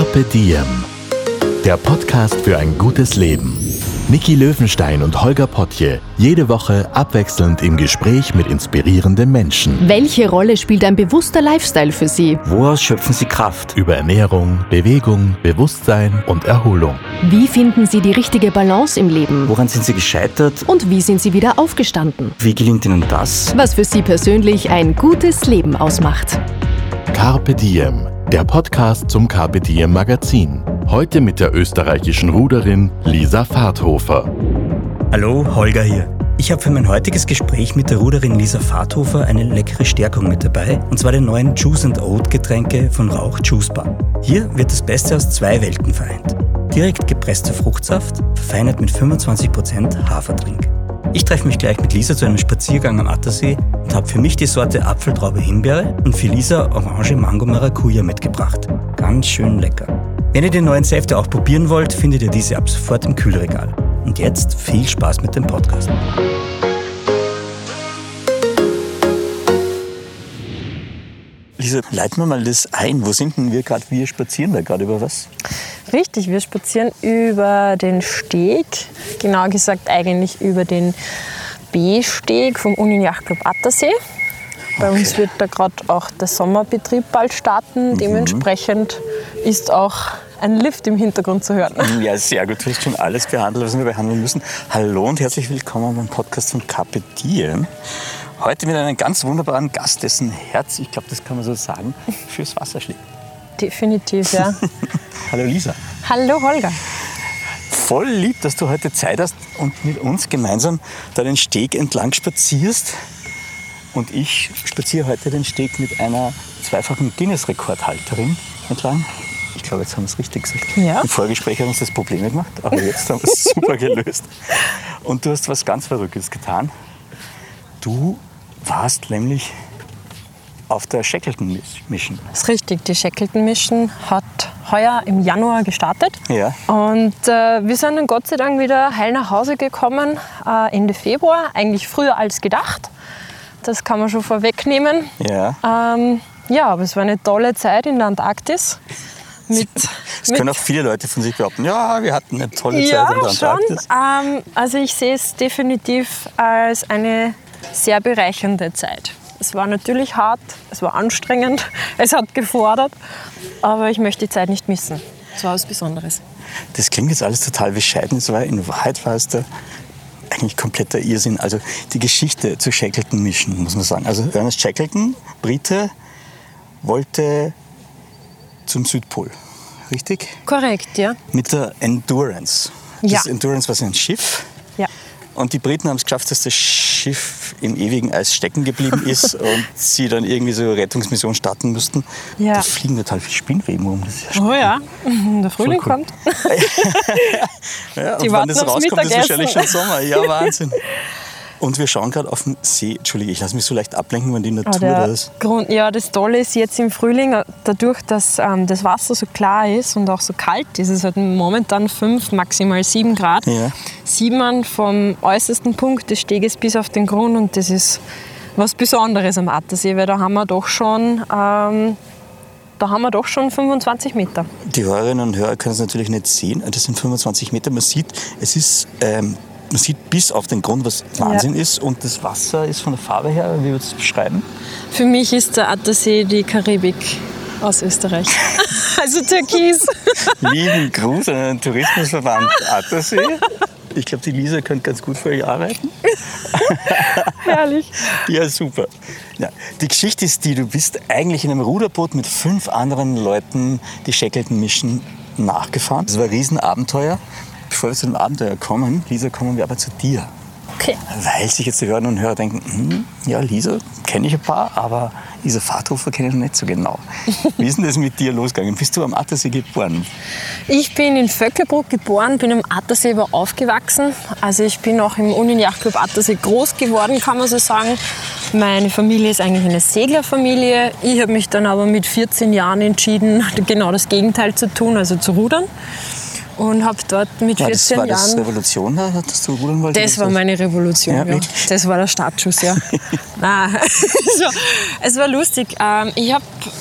Carpe Diem, der Podcast für ein gutes Leben. Niki Löwenstein und Holger Potje, jede Woche abwechselnd im Gespräch mit inspirierenden Menschen. Welche Rolle spielt ein bewusster Lifestyle für Sie? Woraus schöpfen Sie Kraft? Über Ernährung, Bewegung, Bewusstsein und Erholung. Wie finden Sie die richtige Balance im Leben? Woran sind Sie gescheitert? Und wie sind Sie wieder aufgestanden? Wie gelingt Ihnen das? Was für Sie persönlich ein gutes Leben ausmacht. Carpe Diem, der Podcast zum Carpe Diem Magazin. Heute mit der österreichischen Ruderin Lisa Vahthofer. Hallo, Holger hier. Ich habe für mein heutiges Gespräch mit der Ruderin Lisa Vahthofer eine leckere Stärkung mit dabei, und zwar die neuen Juice & Oat Getränke von Rauch Juice Bar. Hier wird das Beste aus zwei Welten vereint. Direkt gepresster Fruchtsaft, verfeinert mit 25% Haferdrink. Ich treffe mich gleich mit Lisa zu einem Spaziergang am Attersee und habe für mich die Sorte Apfeltraube Himbeere und für Lisa Orange Mango Maracuja mitgebracht. Ganz schön lecker. Wenn ihr die neuen Säfte auch probieren wollt, findet ihr diese ab sofort im Kühlregal. Und jetzt viel Spaß mit dem Podcast. Lisa, leiten wir mal das ein. Wo sind denn wir gerade? Wir spazieren da gerade über was? Richtig, wir spazieren über den Steg, genauer gesagt eigentlich über den B-Steg vom Union-Yachtclub Attersee. Bei uns wird da gerade auch der Sommerbetrieb bald starten. Dementsprechend ist auch ein Lift im Hintergrund zu hören. Ja, sehr gut. Du hast schon alles behandelt, was wir behandeln müssen. Hallo und herzlich willkommen beim Podcast von Carpe Diem. Heute mit einem ganz wunderbaren Gast, dessen Herz, ich glaube, das kann man so sagen, fürs Wasser schlägt. Definitiv, ja. Hallo Lisa. Hallo Holger. Voll lieb, dass du heute Zeit hast und mit uns gemeinsam da den Steg entlang spazierst. Und ich spaziere heute den Steg mit einer zweifachen Guinness-Rekordhalterin entlang. Ich glaube, jetzt haben wir es richtig gesagt. Ja. Im Vorgespräch hat uns das Probleme gemacht, aber jetzt haben wir es super gelöst. Und du hast was ganz Verrücktes getan. Du warst nämlich auf der Shackleton Mission. Das ist richtig, die Shackleton Mission hat heuer im Januar gestartet. Ja. Und wir sind dann Gott sei Dank wieder heil nach Hause gekommen, Ende Februar, eigentlich früher als gedacht. Das kann man schon vorwegnehmen. Ja. Ja, aber es war eine tolle Zeit in der Antarktis. Es können auch viele Leute von sich behaupten, ja, wir hatten eine tolle Zeit in der Antarktis. Schon. Also ich sehe es definitiv als eine sehr bereichernde Zeit. Es war natürlich hart, es war anstrengend, es hat gefordert, aber ich möchte die Zeit nicht missen. Es war was Besonderes. Das klingt jetzt alles total bescheiden, aber in Wahrheit war es da eigentlich kompletter Irrsinn. Also die Geschichte zur Shackleton Mission, muss man sagen. Also Ernest Shackleton, Brite, wollte zum Südpol, richtig? Korrekt, ja. Mit der Endurance. Das Ja. Endurance war so ein Schiff. Ja. Und die Briten haben es geschafft, dass das Schiff im ewigen Eis stecken geblieben ist und sie dann irgendwie so eine Rettungsmission starten mussten. Ja. Da fliegen total viele Spinnweben um. Das ist ja Oh ja, der Frühling voll cool. kommt. Ja, Die und warten wann das aufs rauskommt, ist Mittagessen. wahrscheinlich schon Sommer. Ja, Wahnsinn. Und wir schauen gerade auf den See. Entschuldige, ich lasse mich so leicht ablenken, wenn die Natur da ist. Ja, das Tolle ist jetzt im Frühling, dadurch, dass das Wasser so klar ist und auch so kalt ist, es hat momentan 5, maximal 7 Grad, Ja. sieht man vom äußersten Punkt des Steges bis auf den Grund, und das ist was Besonderes am Attersee, weil da haben wir doch schon 25 Meter. Die Hörerinnen und Hörer können es natürlich nicht sehen. Das sind 25 Meter. Man sieht, man sieht bis auf den Grund, was Wahnsinn ist. Und das Wasser ist von der Farbe her, wie würdest du es beschreiben? Für mich ist der Attersee die Karibik aus Österreich. Also Türkis. Lieben Gruß an den Tourismusverband Attersee. Ich glaube, die Lisa könnte ganz gut für euch arbeiten. Herrlich. Ja, super. Ja, die Geschichte ist die, du bist eigentlich in einem Ruderboot mit 5 anderen Leuten die Shackleton Mission nachgefahren. Das war ein Riesenabenteuer. Bevor wir zu dem Abenteuer kommen, Lisa, kommen wir aber zu dir. Okay. Weil sich jetzt die Hörerinnen und Hörer denken, ja, Lisa kenne ich ein paar, aber Lisa Vahthofer kenne ich noch nicht so genau. Wie ist denn das mit dir losgegangen? Bist du am Attersee geboren? Ich bin in Vöcklabruck geboren, bin am Attersee aber aufgewachsen. Also ich bin auch im Union-Yachtclub Attersee groß geworden, kann man so sagen. Meine Familie ist eigentlich eine Seglerfamilie. Ich habe mich dann aber mit 14 Jahren entschieden, genau das Gegenteil zu tun, also zu rudern. Und habe dort mit 14 Jahren... Das Revolution, dass du rudern wolltest? Das war meine Revolution, Ja, ja. wirklich? Das war der Startschuss, ja. Nein, es war lustig. Ich habe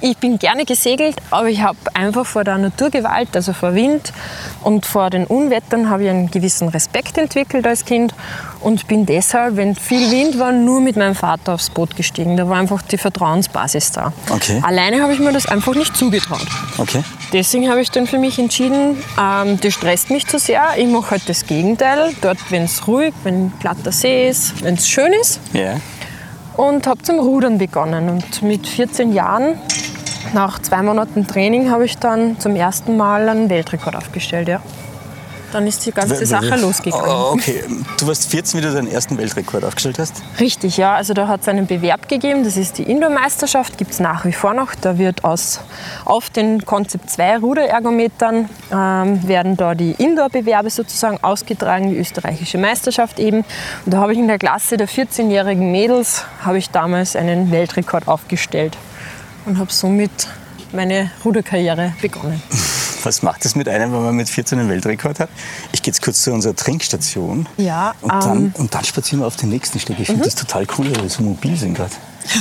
Ich bin gerne gesegelt, aber ich habe einfach vor der Naturgewalt, also vor Wind und vor den Unwettern, habe ich einen gewissen Respekt entwickelt als Kind und bin deshalb, wenn viel Wind war, nur mit meinem Vater aufs Boot gestiegen. Da war einfach die Vertrauensbasis da. Okay. Alleine habe ich mir das einfach nicht zugetraut. Okay. Deswegen habe ich dann für mich entschieden, das stresst mich zu sehr. Ich mache halt das Gegenteil. Dort, wenn es ruhig, wenn glatter See ist, wenn es schön ist. Ja. Und habe zum Rudern begonnen. Und mit 14 Jahren, nach 2 Monaten Training, habe ich dann zum ersten Mal einen Weltrekord aufgestellt. Ja. Dann ist die ganze Sache losgegangen. Okay, du warst 14, wie du deinen ersten Weltrekord aufgestellt hast? Richtig, ja. Also da hat es einen Bewerb gegeben, das ist die Indoor-Meisterschaft, gibt es nach wie vor noch. Da wird auf den Concept 2 Ruderergometern werden da die Indoor-Bewerbe sozusagen ausgetragen, die österreichische Meisterschaft eben. Und da habe ich in der Klasse der 14-jährigen Mädels, habe ich damals einen Weltrekord aufgestellt und habe somit meine Ruderkarriere begonnen. Was macht das mit einem, wenn man mit 14 einen Weltrekord hat? Ich gehe jetzt kurz zu unserer Trinkstation. Ja, und dann spazieren wir auf den nächsten Steg. Ich finde das total cool, weil wir so mobil sind gerade.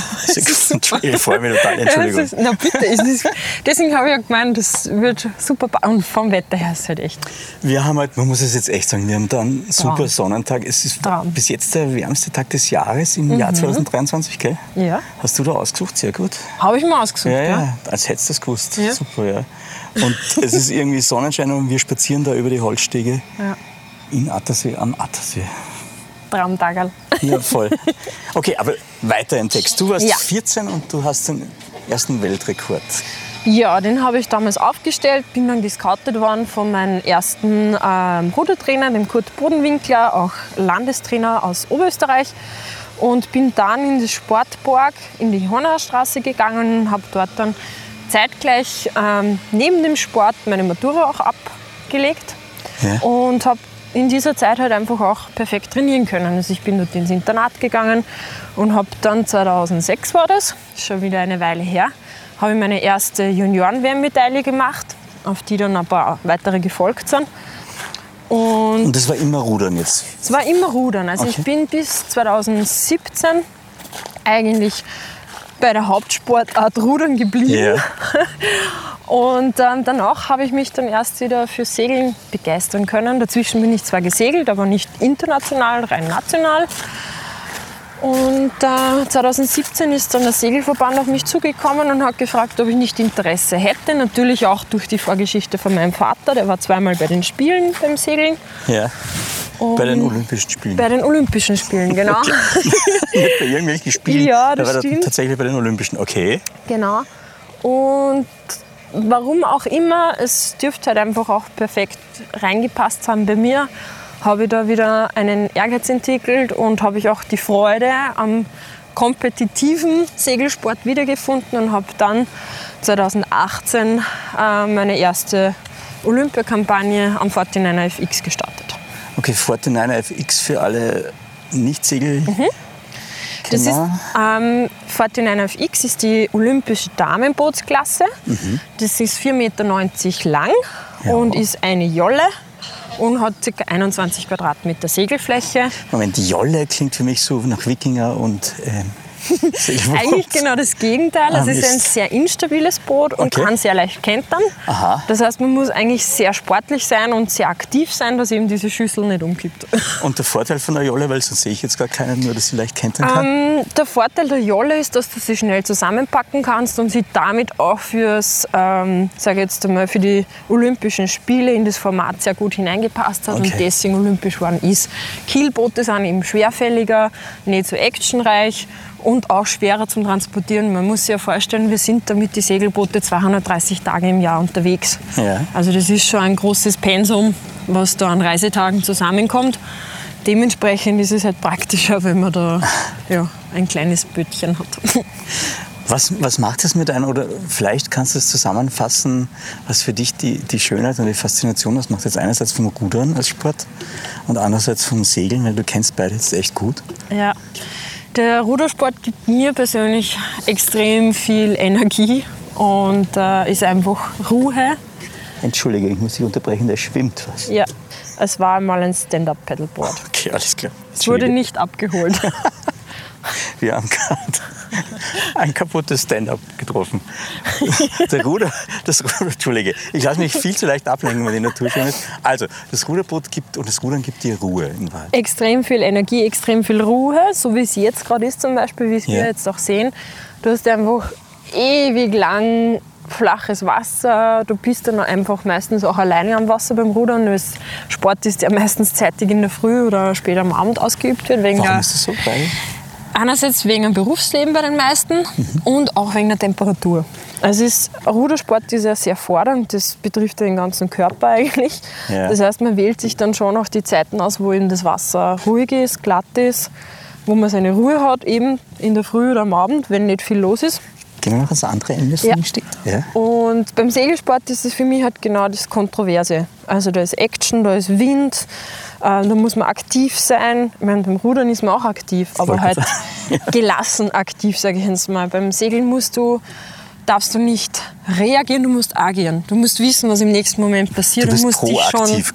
Ich freue mich total, Entschuldigung. Na bitte, deswegen habe ich ja gemeint, das wird super. Und vom Wetter her ist es halt echt. Wir haben halt, man muss es jetzt echt sagen, wir haben da einen super Sonnentag. Es ist bis jetzt der wärmste Tag des Jahres im Jahr 2023, gell? Ja. Hast du da ausgesucht? Sehr gut. Habe ich mal ausgesucht, ja. Als hättest du es gewusst. Ja. Super, ja. Und es ist irgendwie Sonnenschein und wir spazieren da über die Holzstege in Attersee, am Attersee. Traumtagerl. Ja, voll. Okay, aber weiter im Text. Du warst 14 und du hast den ersten Weltrekord. Ja, den habe ich damals aufgestellt, bin dann gescoutet worden von meinem ersten Rudertrainer, dem Kurt Bodenwinkler, auch Landestrainer aus Oberösterreich. Und bin dann in das Sportpark in die Hornerstraße gegangen und habe dort dann zeitgleich neben dem Sport meine Matura auch abgelegt und habe in dieser Zeit halt einfach auch perfekt trainieren können. Also ich bin dort ins Internat gegangen und habe dann 2006 war das, schon wieder eine Weile her, habe ich meine erste Junioren-WM-Medaille gemacht, auf die dann ein paar weitere gefolgt sind. Und das war immer Rudern jetzt? Es war immer Rudern. Also ich bin bis 2017 eigentlich bei der Hauptsportart Rudern geblieben. Yeah. Und danach habe ich mich dann erst wieder für Segeln begeistern können. Dazwischen bin ich zwar gesegelt, aber nicht international, rein national. Und 2017 ist dann der Segelverband auf mich zugekommen und hat gefragt, ob ich nicht Interesse hätte. Natürlich auch durch die Vorgeschichte von meinem Vater, der war zweimal bei den Spielen beim Segeln. Ja. Bei den Olympischen Spielen? Bei den Olympischen Spielen, genau. Okay. Nicht bei irgendwelchen Spielen? Ja, das war stimmt. Tatsächlich bei den Olympischen, okay. Genau. Und warum auch immer, es dürfte halt einfach auch perfekt reingepasst haben bei mir, habe ich da wieder einen Ehrgeiz entwickelt und habe ich auch die Freude am kompetitiven Segelsport wiedergefunden und habe dann 2018 meine erste Olympiakampagne am 49er FX gestartet. Okay, 49er FX für alle Nicht-Segel. Das ist, 49er FX ist die olympische Damenbootsklasse. Das ist 4,90 Meter lang und ist eine Jolle und hat ca. 21 Quadratmeter Segelfläche. Moment, die Jolle klingt für mich so nach Wikinger und eigentlich genau das Gegenteil. Es ist ein sehr instabiles Boot und kann sehr leicht kentern. Aha. Das heißt, man muss eigentlich sehr sportlich sein und sehr aktiv sein, dass eben diese Schüssel nicht umkippt. Und der Vorteil von der Jolle, weil sonst sehe ich jetzt gar keinen, nur dass sie leicht kentern kann? Der Vorteil der Jolle ist, dass du sie schnell zusammenpacken kannst und sie damit auch fürs, sage jetzt einmal, für die Olympischen Spiele in das Format sehr gut hineingepasst hat und deswegen olympisch geworden ist. Kielboote sind eben schwerfälliger, nicht so actionreich und auch schwerer zum Transportieren. Man muss sich ja vorstellen, wir sind damit die Segelboote 230 Tage im Jahr unterwegs. Ja. Also das ist schon ein großes Pensum, was da an Reisetagen zusammenkommt. Dementsprechend ist es halt praktischer, wenn man da ein kleines Bötchen hat. Was macht das mit einem? Oder vielleicht kannst du es zusammenfassen, was für dich die Schönheit und die Faszination ausmacht. Jetzt einerseits vom Rudern als Sport und andererseits vom Segeln, weil du kennst beide jetzt echt gut. Ja. Der Rudersport gibt mir persönlich extrem viel Energie und ist einfach Ruhe. Entschuldige, ich muss dich unterbrechen, der schwimmt was. Ja, es war mal ein Stand-Up-Paddleboard. Okay, alles klar. Es wurde nicht abgeholt. Wir haben gerade ein kaputtes Stand-up getroffen. Entschuldige, ich lasse mich viel zu leicht ablenken, wenn die Natur schön ist. Also, das Ruderboot gibt und das Rudern gibt dir Ruhe in Wahrheit. Extrem viel Energie, extrem viel Ruhe, so wie es jetzt gerade ist zum Beispiel, wie es wir jetzt auch sehen. Du hast einfach ewig lang flaches Wasser, du bist dann einfach meistens auch alleine am Wasser beim Rudern, weil Sport ist ja meistens zeitig in der Früh oder später am Abend ausgeübt wird. Warum ist das so? Einerseits wegen dem Berufsleben bei den meisten und auch wegen der Temperatur. Also Rudersport ist ja sehr fordernd, das betrifft ja den ganzen Körper eigentlich. Ja. Das heißt, man wählt sich dann schon auch die Zeiten aus, wo eben das Wasser ruhig ist, glatt ist, wo man seine Ruhe hat, eben in der Früh oder am Abend, wenn nicht viel los ist. Gehen wir noch ans andere Ende des Steckt. Ja. Und beim Segelsport ist es für mich halt genau das Kontroverse. Also da ist Action, da ist Wind, da muss man aktiv sein. Ich meine, beim Rudern ist man auch aktiv, aber halt gelassen aktiv, sage ich jetzt mal. Beim Segeln darfst du nicht reagieren, du musst agieren. Du musst wissen, was im nächsten Moment passiert. Du musst dich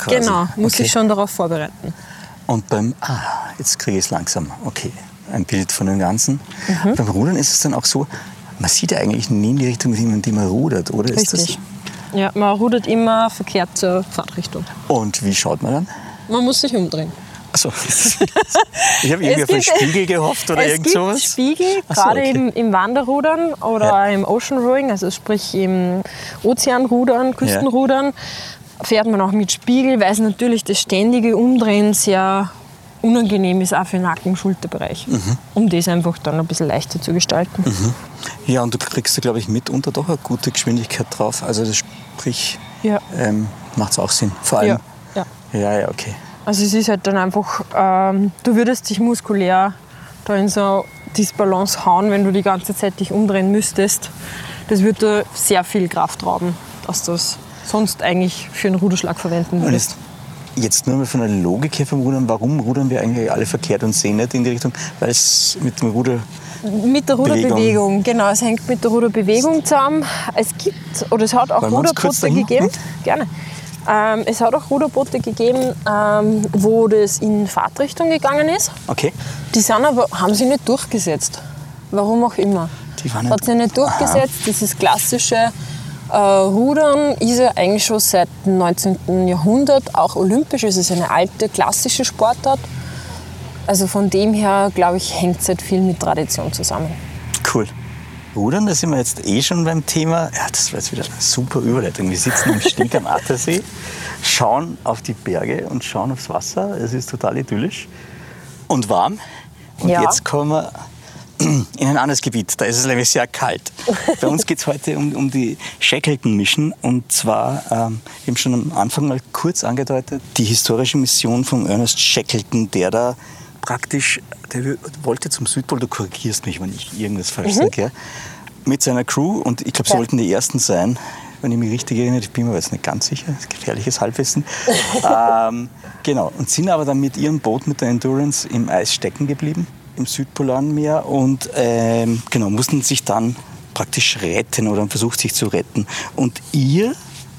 dich schon darauf vorbereiten. Und jetzt kriege ich es langsam. Okay, ein Bild von dem Ganzen. Beim Rudern ist es dann auch so, man sieht ja eigentlich nie in die Richtung, in die man rudert, oder? Richtig. Ja, man rudert immer verkehrt zur Fahrtrichtung. Und wie schaut man dann? Man muss sich umdrehen. Achso, ich habe irgendwie auf einen Spiegel gehofft oder irgend sowas. Es gibt Spiegel, gerade im Wanderrudern oder im Ocean Rowing, also sprich im Ozeanrudern, Küstenrudern, fährt man auch mit Spiegel, weil es natürlich das ständige Umdrehen sehr unangenehm ist, auch für den Nacken- und Schulterbereich, um das einfach dann ein bisschen leichter zu gestalten. Ja, und du kriegst da, glaube ich, mitunter doch eine gute Geschwindigkeit drauf. Also das sprich, macht es auch Sinn. Vor allem. Ja, okay. Also es ist halt dann einfach, du würdest dich muskulär da in so Disbalance hauen, wenn du die ganze Zeit dich umdrehen müsstest. Das würde sehr viel Kraft rauben, dass du das sonst eigentlich für einen Ruderschlag verwenden würdest. Jetzt nur mal von der Logik her vom Rudern, warum rudern wir eigentlich alle verkehrt und sehen nicht in die Richtung? Weil es mit dem Mit der Ruderbewegung, genau. Es hängt mit der Ruderbewegung zusammen. Es hat auch Ruderboote gegeben. Gerne. Es hat auch Ruderboote gegeben, wo das in Fahrtrichtung gegangen ist. Okay. Die haben sich nicht durchgesetzt. Warum auch immer. Hat sich nicht durchgesetzt. Dieses klassische Rudern ist ja eigentlich schon seit dem 19. Jahrhundert auch olympisch. Es ist eine alte, klassische Sportart. Also von dem her, glaube ich, hängt es halt viel mit Tradition zusammen. Cool. Rudern, da sind wir jetzt schon beim Thema. Ja, das war jetzt wieder eine super Überleitung. Wir sitzen im Steg am Attersee, schauen auf die Berge und schauen aufs Wasser. Es ist total idyllisch und warm. Und jetzt kommen wir in ein anderes Gebiet. Da ist es nämlich sehr kalt. Bei uns geht es heute um die Shackleton Mission. Und zwar, eben schon am Anfang mal kurz angedeutet, die historische Mission von Ernest Shackleton, der wollte zum Südpol, du korrigierst mich, wenn ich irgendwas falsch sage, mit seiner Crew. Und ich glaube, sie wollten die Ersten sein, wenn ich mich richtig erinnere. Ich bin mir jetzt nicht ganz sicher, das ist gefährliches Halbwissen. Genau, und sind aber dann mit ihrem Boot, mit der Endurance, im Eis stecken geblieben, im südpolaren Meer, und mussten sich dann praktisch retten oder haben versucht, sich zu retten. Und ihr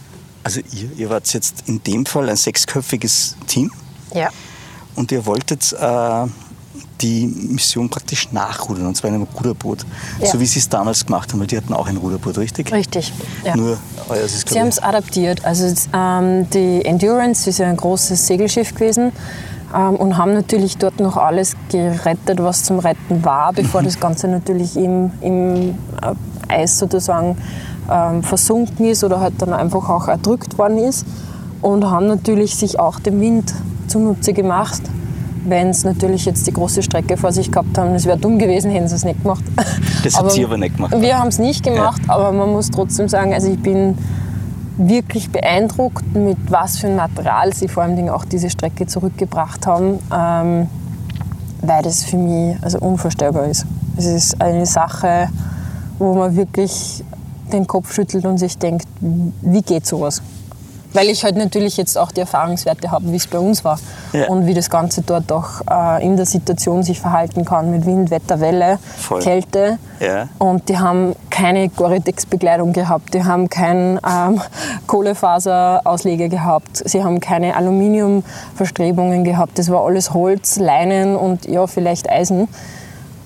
wart jetzt in dem Fall ein 6-köpfiges Team. Ja. Und ihr wolltet die Mission praktisch nachrudern, und zwar in einem Ruderboot. Ja. So wie sie es damals gemacht haben, weil die hatten auch ein Ruderboot, richtig? Richtig, ja. Nur euers ist, sie haben es adaptiert. Also die Endurance ist ja ein großes Segelschiff gewesen. Und haben natürlich dort noch alles gerettet, was zum Retten war, bevor das Ganze natürlich im Eis sozusagen versunken ist oder halt dann einfach auch erdrückt worden ist. Und haben natürlich sich auch dem Wind zunutze gemacht, wenn es natürlich jetzt die große Strecke vor sich gehabt haben. Es wäre dumm gewesen, hätten sie es nicht gemacht. Das habt ihr aber nicht gemacht. Wir haben es nicht gemacht, aber man muss trotzdem sagen, also ich bin wirklich beeindruckt, mit was für ein Material sie vor allem auch diese Strecke zurückgebracht haben, weil das für mich also unvorstellbar ist. Es ist eine Sache, wo man wirklich den Kopf schüttelt und sich denkt, wie geht sowas? Weil ich halt natürlich jetzt auch die Erfahrungswerte habe, wie es bei uns war und wie das Ganze dort auch in der Situation sich verhalten kann mit Wind, Wetter, Welle, Kälte. Ja. Und die haben keine Gore-Tex-Bekleidung gehabt, die haben keinen Kohlefaserausleger gehabt, sie haben keine Aluminiumverstrebungen gehabt. Das war alles Holz, Leinen und ja, vielleicht Eisen.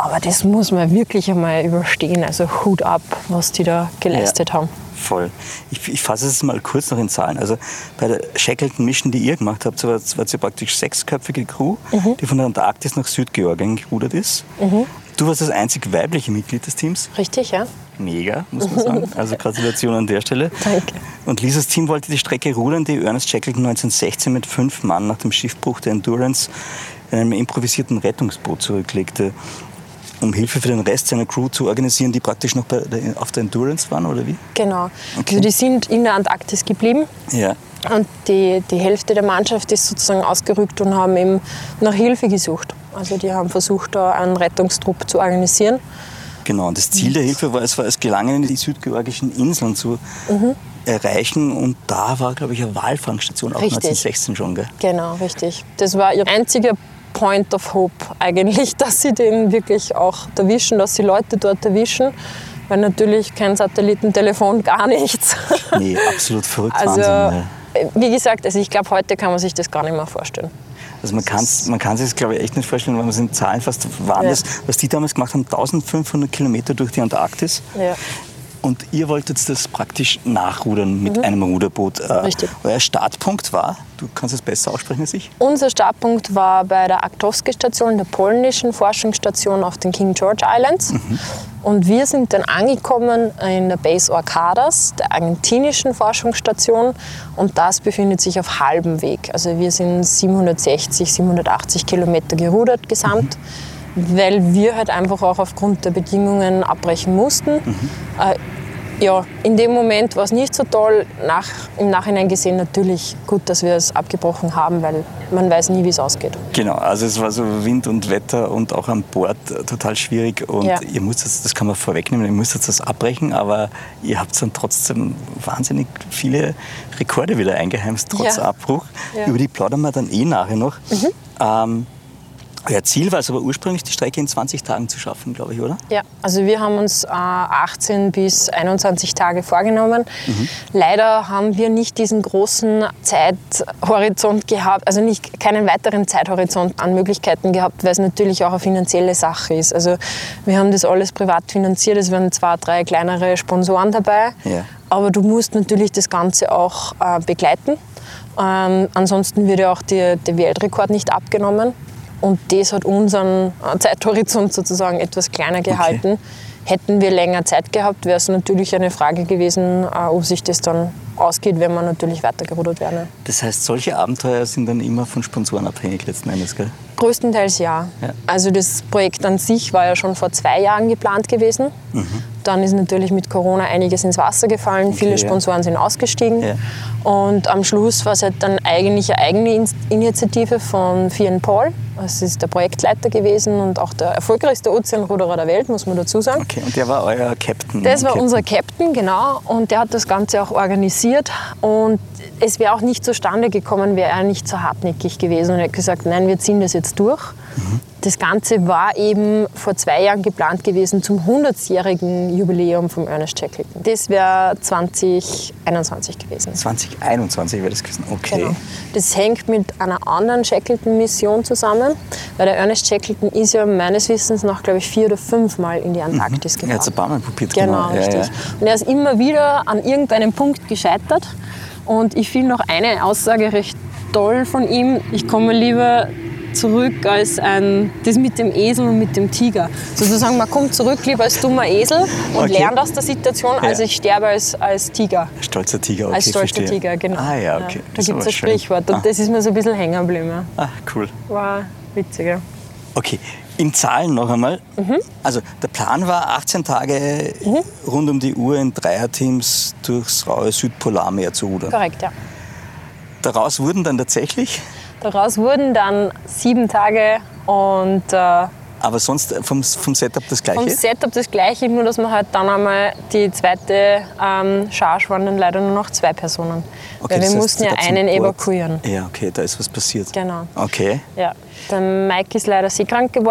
Aber das muss man wirklich einmal überstehen. Also Hut ab, was die da geleistet haben. Voll. Ich fasse es mal kurz noch in Zahlen. Also bei der Shackleton Mission, die ihr gemacht habt, war es ja praktisch 6-köpfige Crew, die von der Antarktis nach Südgeorgien gerudert ist. Du warst das einzig weibliche Mitglied des Teams. Richtig, ja. Mega, muss man sagen. Also Gratulation an der Stelle. Danke. Und Lisas Team wollte die Strecke rudern, die Ernest Shackleton 1916 mit 5 Mann nach dem Schiffbruch der Endurance in einem improvisierten Rettungsboot zurücklegte, um Hilfe für den Rest seiner Crew zu organisieren, die praktisch noch auf der Endurance waren, oder wie? Genau. Okay. Also die sind in der Antarktis geblieben. Ja. Und die Hälfte der Mannschaft ist sozusagen ausgerückt und haben eben nach Hilfe gesucht. Also die haben versucht, da einen Rettungstrupp zu organisieren. Genau, und das Ziel der Hilfe war es Gelangen, die südgeorgischen Inseln zu erreichen. Und da war, glaube ich, eine Walfangstation, auch Richtig. 1916 schon, gell? Genau, richtig. Das war ihr einziger Point of Hope eigentlich, dass sie den wirklich auch erwischen, dass sie Leute dort erwischen. Weil natürlich kein Satellitentelefon, gar nichts. Nee, absolut verrückt. Also, Wahnsinn. wie gesagt, also ich glaube, heute kann man sich das gar nicht mehr vorstellen. Also man kann sich das, glaube ich, echt nicht vorstellen, weil man es in Zahlen fast waren. Ja. Was die damals gemacht haben, 1500 Kilometer durch die Antarktis. Ja. Und ihr wolltet das praktisch nachrudern mit einem Ruderboot. Richtig. Euer Startpunkt war, du kannst es besser aussprechen als ich? Unser Startpunkt war bei der Aktowski-Station, der polnischen Forschungsstation auf den King George Islands. Und wir sind dann angekommen in der Base Orcadas, der argentinischen Forschungsstation. Und das befindet sich auf halbem Weg. Also wir sind 760, 780 Kilometer gerudert gesamt. Weil wir halt einfach auch aufgrund der Bedingungen abbrechen mussten. Ja, in dem Moment war es nicht so toll. Im Nachhinein gesehen natürlich gut, dass wir es abgebrochen haben, weil man weiß nie, wie es ausgeht. Genau, also es war so Wind und Wetter und auch an Bord total schwierig. Und ihr musstet, das kann man vorwegnehmen, ihr musstet das abbrechen, aber ihr habt dann trotzdem wahnsinnig viele Rekorde wieder eingeheimst, trotz Abbruch. Ja. Über die plaudern wir dann nachher noch. Euer Ziel war es aber ursprünglich, die Strecke in 20 Tagen zu schaffen, glaube ich, oder? Ja, also wir haben uns 18 bis 21 Tage vorgenommen. Leider haben wir nicht diesen großen Zeithorizont gehabt, also keinen weiteren Zeithorizont an Möglichkeiten gehabt, weil es natürlich auch eine finanzielle Sache ist. Also wir haben das alles privat finanziert, es waren 2, 3 kleinere Sponsoren dabei, aber du musst natürlich das Ganze auch begleiten. Ansonsten wird ja auch der Weltrekord nicht abgenommen. Und das hat unseren Zeithorizont sozusagen etwas kleiner gehalten. Hätten wir länger Zeit gehabt, wäre es natürlich eine Frage gewesen, ob sich das dann ausgeht, wenn wir natürlich weitergerudert wären. Das heißt, solche Abenteuer sind dann immer von Sponsoren abhängig letzten Endes, gell? Größtenteils ja. Also das Projekt an sich war ja schon vor 2 Jahren geplant gewesen. Dann ist natürlich mit Corona einiges ins Wasser gefallen. Viele Sponsoren sind ausgestiegen. Und am Schluss war es halt dann eigentlich eine eigene Initiative von Fian Paul. Das ist der Projektleiter gewesen und auch der erfolgreichste Ozeanruderer der Welt, muss man dazu sagen. Okay, und der war euer Captain? Das war unser Captain, genau. Und der hat das Ganze auch organisiert. Und es wäre auch nicht zustande gekommen, wäre er nicht so hartnäckig gewesen. Und er hat gesagt, nein, wir ziehen das jetzt durch. Das Ganze war eben vor 2 Jahren geplant gewesen zum 100-jährigen Jubiläum vom Ernest Shackleton. Das wäre 2021 gewesen. 2021 wäre das gewesen, okay. Genau. Das hängt mit einer anderen Shackleton-Mission zusammen, weil der Ernest Shackleton ist ja meines Wissens nach, glaube ich, 4 oder 5 Mal in die Antarktis gefahren. Er hat es ein paar Mal probiert. Genau, richtig. Und er ist immer wieder an irgendeinem Punkt gescheitert. Und ich finde noch eine Aussage recht toll von ihm. Ich komme lieber zurück als das mit dem Esel und mit dem Tiger. Sozusagen, man kommt zurück lieber als dummer Esel und lernt aus der Situation, als ich sterbe als Tiger. Stolzer Tiger, okay, als stolzer verstehe. Tiger, genau. Ah ja, okay. Da gibt es ein Sprichwort und das ist mir so ein bisschen hängen geblieben. Ah, cool. War witziger. Okay, in Zahlen noch einmal. Also der Plan war 18 Tage rund um die Uhr in Dreierteams durchs raue Südpolarmeer zu rudern. Korrekt, ja. Daraus wurden dann tatsächlich... Daraus wurden dann 7 Tage und... aber sonst vom Setup das Gleiche? Vom Setup das Gleiche, nur dass man halt dann einmal die zweite Charge waren dann leider nur noch 2 Personen. Okay, weil wir das heißt, mussten ja einen evakuieren. Ja, okay, da ist was passiert. Genau. Okay. Ja. Der Mike ist leider seekrank geworden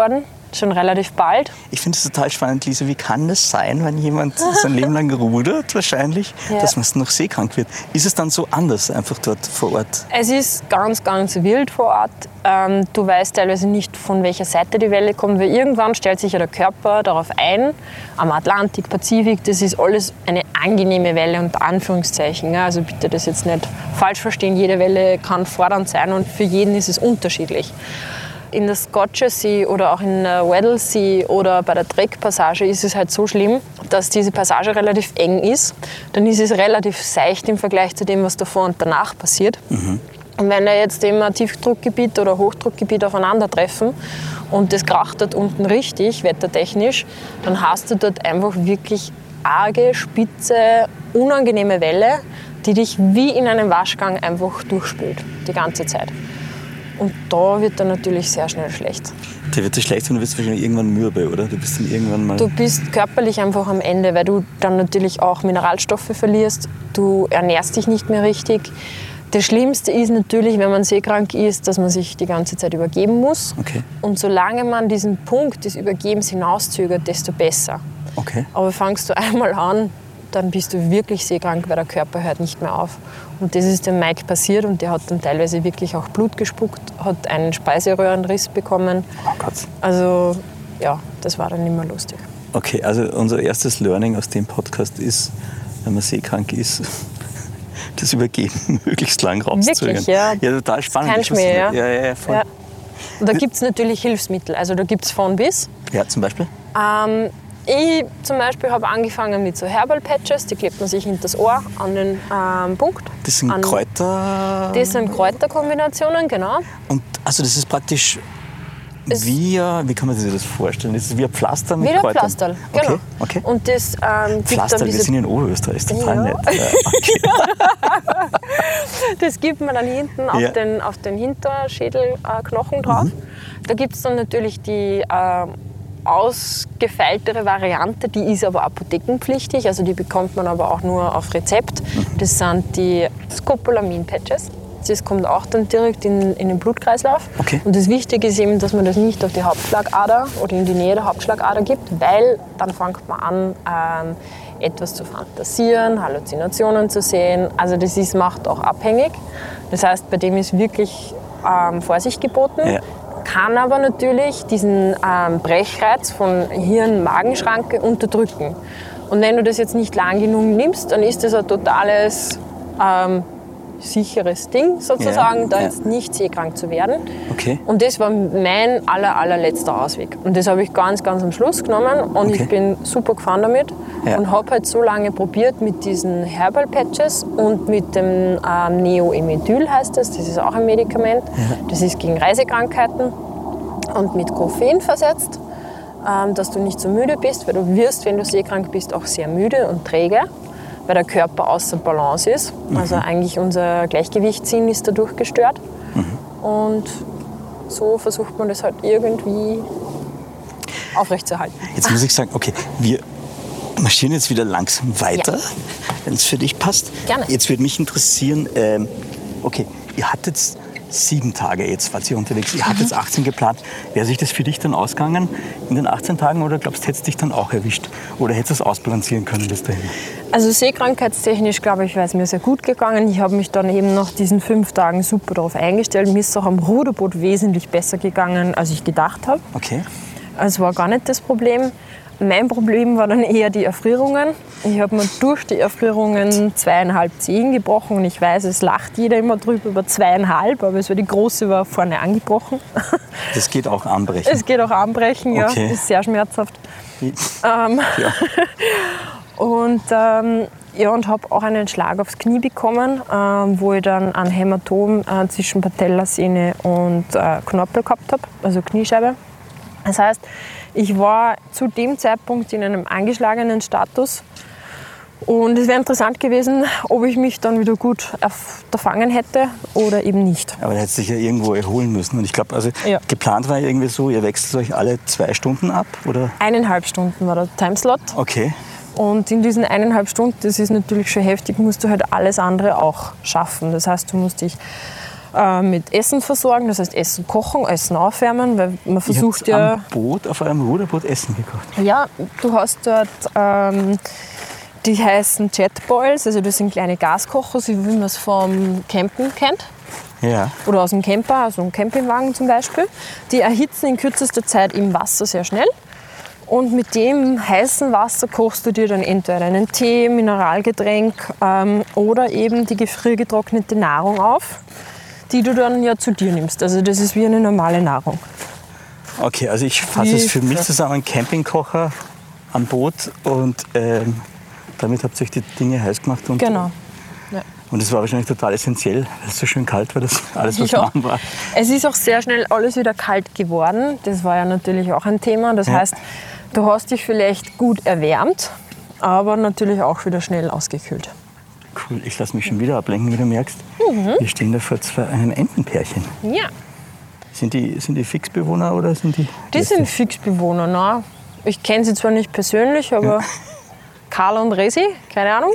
schon relativ bald. Ich finde es total spannend, Lisa. Wie kann das sein, wenn jemand sein Leben lang rudert, wahrscheinlich, dass man noch seekrank wird? Ist es dann so anders einfach dort vor Ort? Es ist ganz, ganz wild vor Ort. Du weißt teilweise nicht, von welcher Seite die Welle kommt, weil irgendwann stellt sich ja der Körper darauf ein, am Atlantik, Pazifik, das ist alles eine angenehme Welle, unter Anführungszeichen. Also bitte das jetzt nicht falsch verstehen, jede Welle kann fordernd sein und für jeden ist es unterschiedlich. In der Scotcher Sea oder auch in der Weddell Sea oder bei der Drake-Passage ist es halt so schlimm, dass diese Passage relativ eng ist. Dann ist es relativ seicht im Vergleich zu dem, was davor und danach passiert. Und wenn da jetzt immer Tiefdruckgebiet oder Hochdruckgebiet aufeinandertreffen und das kracht dort unten richtig, wettertechnisch, dann hast du dort einfach wirklich arge, spitze, unangenehme Welle, die dich wie in einem Waschgang einfach durchspült, die ganze Zeit. Und da wird dann natürlich sehr schnell schlecht. Da wird es schlecht und du wirst wahrscheinlich irgendwann mürbe, oder? Du bist dann irgendwann mal... Du bist körperlich einfach am Ende, weil du dann natürlich auch Mineralstoffe verlierst. Du ernährst dich nicht mehr richtig. Das Schlimmste ist natürlich, wenn man seekrank ist, dass man sich die ganze Zeit übergeben muss. Okay. Und solange man diesen Punkt des Übergebens hinauszögert, desto besser. Okay. Aber fangst du einmal an, dann bist du wirklich seekrank, weil der Körper hört nicht mehr auf. Und das ist dem Mike passiert und der hat dann teilweise wirklich auch Blut gespuckt, hat einen Speiseröhrenriss bekommen. Oh Gott. Also ja, das war dann nicht mehr lustig. Okay, also unser erstes Learning aus dem Podcast ist, wenn man seekrank ist, das Übergeben möglichst lang rauszögern. Wirklich, ja. Ja, total spannend. Kein Schmäh, ja. Ja, voll. Ja. Und da gibt es natürlich Hilfsmittel. Also da gibt es von bis. Ja, zum Beispiel? Ich zum Beispiel habe angefangen mit so Herbal Patches, die klebt man sich hinter das Ohr an den Punkt. Das sind Kräuter? Das sind Kräuterkombinationen, genau. Und also das ist praktisch wie kann man sich das vorstellen? Das ist wie ein Pflaster mit Kräutern? Wie ein Pflaster, genau. Okay. Und das gibt Pflaster, dann wir sind in Oberösterreich, total nett. Ja, okay. Das gibt man dann hinten auf den Hinterschädelknochen drauf. Da gibt es dann natürlich die ausgefeiltere Variante, die ist aber apothekenpflichtig, also die bekommt man aber auch nur auf Rezept. Das sind die Scopolamin-Patches. Das kommt auch dann direkt in den Blutkreislauf. Okay. Und das Wichtige ist eben, dass man das nicht auf die Hauptschlagader oder in die Nähe der Hauptschlagader gibt, weil dann fängt man an, etwas zu fantasieren, Halluzinationen zu sehen. Also das macht auch abhängig. Das heißt, bei dem ist wirklich Vorsicht geboten. Ja. Kann aber natürlich diesen Brechreiz von Hirn-Magenschranke unterdrücken. Und wenn du das jetzt nicht lang genug nimmst, dann ist das ein totales sicheres Ding sozusagen, da jetzt nicht seekrank zu werden. Okay. Und das war mein allerletzter Ausweg. Und das habe ich ganz, ganz am Schluss genommen und ich bin super gefahren damit und habe halt so lange probiert mit diesen Herbal Patches und mit dem Neoemetyl heißt das ist auch ein Medikament. Ja. Das ist gegen Reisekrankheiten und mit Koffein versetzt, dass du nicht so müde bist, weil du wirst, wenn du seekrank bist, auch sehr müde und träge, weil der Körper außer Balance ist. Also eigentlich unser Gleichgewichtssinn ist dadurch gestört. Und so versucht man das halt irgendwie aufrechtzuerhalten. Jetzt muss ich sagen, okay, wir marschieren jetzt wieder langsam weiter, wenn es für dich passt. Gerne. Jetzt würde mich interessieren, okay, ihr hattet 7 Tage jetzt, wart ihr unterwegs. Ihr hattet 18 geplant. Wäre sich das für dich dann ausgegangen in den 18 Tagen oder glaubst du, hättest dich dann auch erwischt? Oder hättest du es ausbalancieren können bis dahin? Also seekrankheitstechnisch, glaube ich, wäre es mir sehr gut gegangen. Ich habe mich dann eben nach diesen 5 Tagen super darauf eingestellt. Mir ist es auch am Ruderboot wesentlich besser gegangen, als ich gedacht habe. Okay. Also es war gar nicht das Problem. Mein Problem war dann eher die Erfrierungen. Ich habe mir durch die Erfrierungen 2,5 Zehen gebrochen. Und ich weiß, es lacht jeder immer drüber über 2,5, aber die große war vorne angebrochen. Das geht auch anbrechen? Es geht auch anbrechen, okay. Ja. Ist sehr schmerzhaft. Ja. Und habe auch einen Schlag aufs Knie bekommen, wo ich dann ein Hämatom zwischen Patellasehne und Knorpel gehabt habe, also Kniescheibe. Das heißt, ich war zu dem Zeitpunkt in einem angeschlagenen Status und es wäre interessant gewesen, ob ich mich dann wieder gut erfangen hätte oder eben nicht. Aber du hättest dich ja irgendwo erholen müssen und ich glaube, geplant war irgendwie so, ihr wechselt euch alle 2 Stunden ab, oder? 1,5 Stunden war der Timeslot. Okay. Und in diesen 1,5 Stunden, das ist natürlich schon heftig, musst du halt alles andere auch schaffen. Das heißt, du musst dich mit Essen versorgen, das heißt Essen kochen, Essen aufwärmen, weil man versucht ja... am Boot, auf eurem Ruderboot Essen gekocht? Ja, du hast dort, die heißen Jetboils, also das sind kleine Gaskocher, so wie man es vom Campen kennt. Ja. Oder aus dem Camper, also einem Campingwagen zum Beispiel. Die erhitzen in kürzester Zeit im Wasser sehr schnell. Und mit dem heißen Wasser kochst du dir dann entweder einen Tee, Mineralgetränk oder eben die gefriergetrocknete Nahrung auf, die du dann ja zu dir nimmst. Also das ist wie eine normale Nahrung. Okay, also ich fasse es für mich zusammen, Campingkocher am Boot und damit habt ihr euch die Dinge heiß gemacht. Und, Genau. Ja. Und es war wahrscheinlich total essentiell, weil es so schön kalt war, dass alles, was warm war. Es ist auch sehr schnell alles wieder kalt geworden. Das war ja natürlich auch ein Thema. Das heißt, du hast dich vielleicht gut erwärmt, aber natürlich auch wieder schnell ausgekühlt. Cool, ich lasse mich schon wieder ablenken, wie du merkst. Wir stehen da vor einem Entenpärchen. Ja, Sind die Fixbewohner oder sind die... die sind Fixbewohner. Na, ich kenne sie zwar nicht persönlich, aber Karl und Resi, keine Ahnung.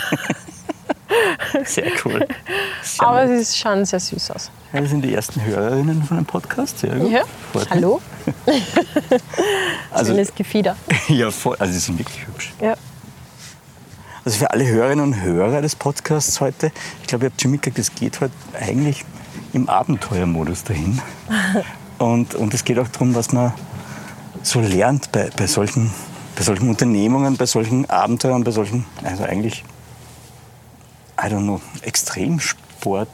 Sehr cool. Sehr Aber nett. sie schauen sehr süß aus. Ja, das sind die ersten Hörerinnen von dem Podcast. Sehr gut. Ja. Freut mich. Hallo. Also, Schönes Gefieder. ja, voll. Also die sind wirklich hübsch. Ja. Also für alle Hörerinnen und Hörer des Podcasts heute, ich glaube, ihr habt schon mitgekriegt, es geht heute eigentlich im Abenteuermodus dahin. Und es geht auch darum, was man so lernt bei solchen Unternehmungen, bei solchen Abenteuern, bei solchen, also eigentlich, I don't know, Extremsport,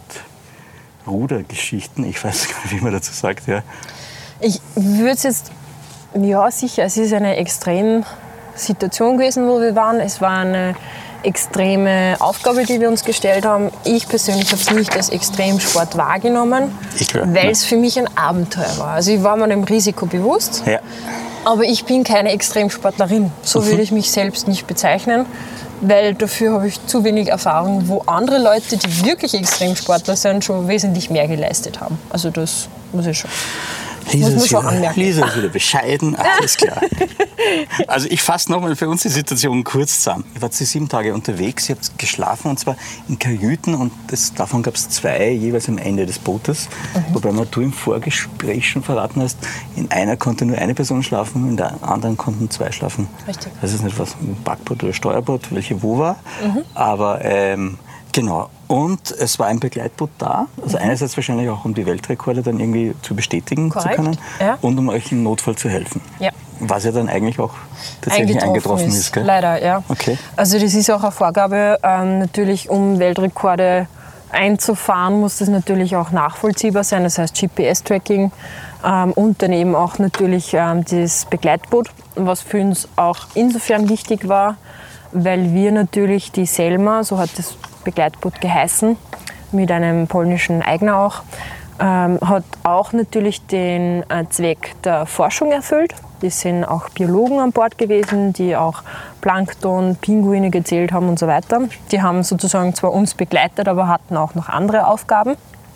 Rudergeschichten. Ich weiß gar nicht, wie man dazu sagt. Ja. Ich würde es jetzt, ja sicher, es ist eine extreme Situation gewesen, wo wir waren. Es war eine extreme Aufgabe, die wir uns gestellt haben. Ich persönlich habe es nicht als Extremsport wahrgenommen, weil es für mich ein Abenteuer war. Also ich war mir dem Risiko bewusst, Ja. aber ich bin keine Extremsportlerin. So würde ich mich selbst nicht bezeichnen, weil dafür habe ich zu wenig Erfahrung, wo andere Leute, die wirklich Extremsportler sind, schon wesentlich mehr geleistet haben. Also das muss ich schon. Muss man schon anmerken. Lisa ist wieder bescheiden, alles klar. Also ich fasse nochmal für uns die Situation kurz zusammen. Ihr wart 7 Tage unterwegs, ihr habt geschlafen und zwar in Kajüten und davon gab es 2 jeweils am Ende des Bootes. Wobei du im Vorgespräch schon verraten hast, in einer konnte nur eine Person schlafen, in der anderen konnten 2 schlafen. Richtig. Das ist nicht was, ein Backboot oder Steuerboot, welche wo war. Aber genau. Und es war ein Begleitboot da, also einerseits wahrscheinlich auch, um die Weltrekorde dann irgendwie zu bestätigen Korrekt, zu können ja. und um euch im Notfall zu helfen. Ja. Was ja dann eigentlich auch tatsächlich eingetroffen ist, gell? Leider, ja. Okay. Also das ist auch eine Vorgabe, natürlich um Weltrekorde einzufahren, muss das natürlich auch nachvollziehbar sein, das heißt GPS-Tracking und dann eben auch natürlich das Begleitboot, was für uns auch insofern wichtig war, weil wir natürlich die Selma, so hat das Begleitboot geheißen, mit einem polnischen Eigner auch, hat auch natürlich den Zweck der Forschung erfüllt. Es sind auch Biologen an Bord gewesen, die auch Plankton, Pinguine gezählt haben und so weiter. Die haben sozusagen zwar uns begleitet, aber hatten auch noch andere Aufgaben.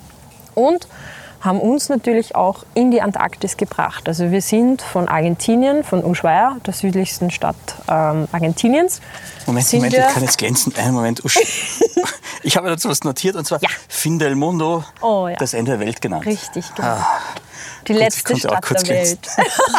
Und haben uns natürlich auch in die Antarktis gebracht. Also wir sind von Argentinien, von Ushuaia, der südlichsten Stadt Argentiniens. Moment, ich kann jetzt glänzen. Einen Moment. Ich habe dazu was notiert und zwar Fin del Mundo, das Ende der Welt genannt. Richtig, genau. Die letzte Stadt der Welt.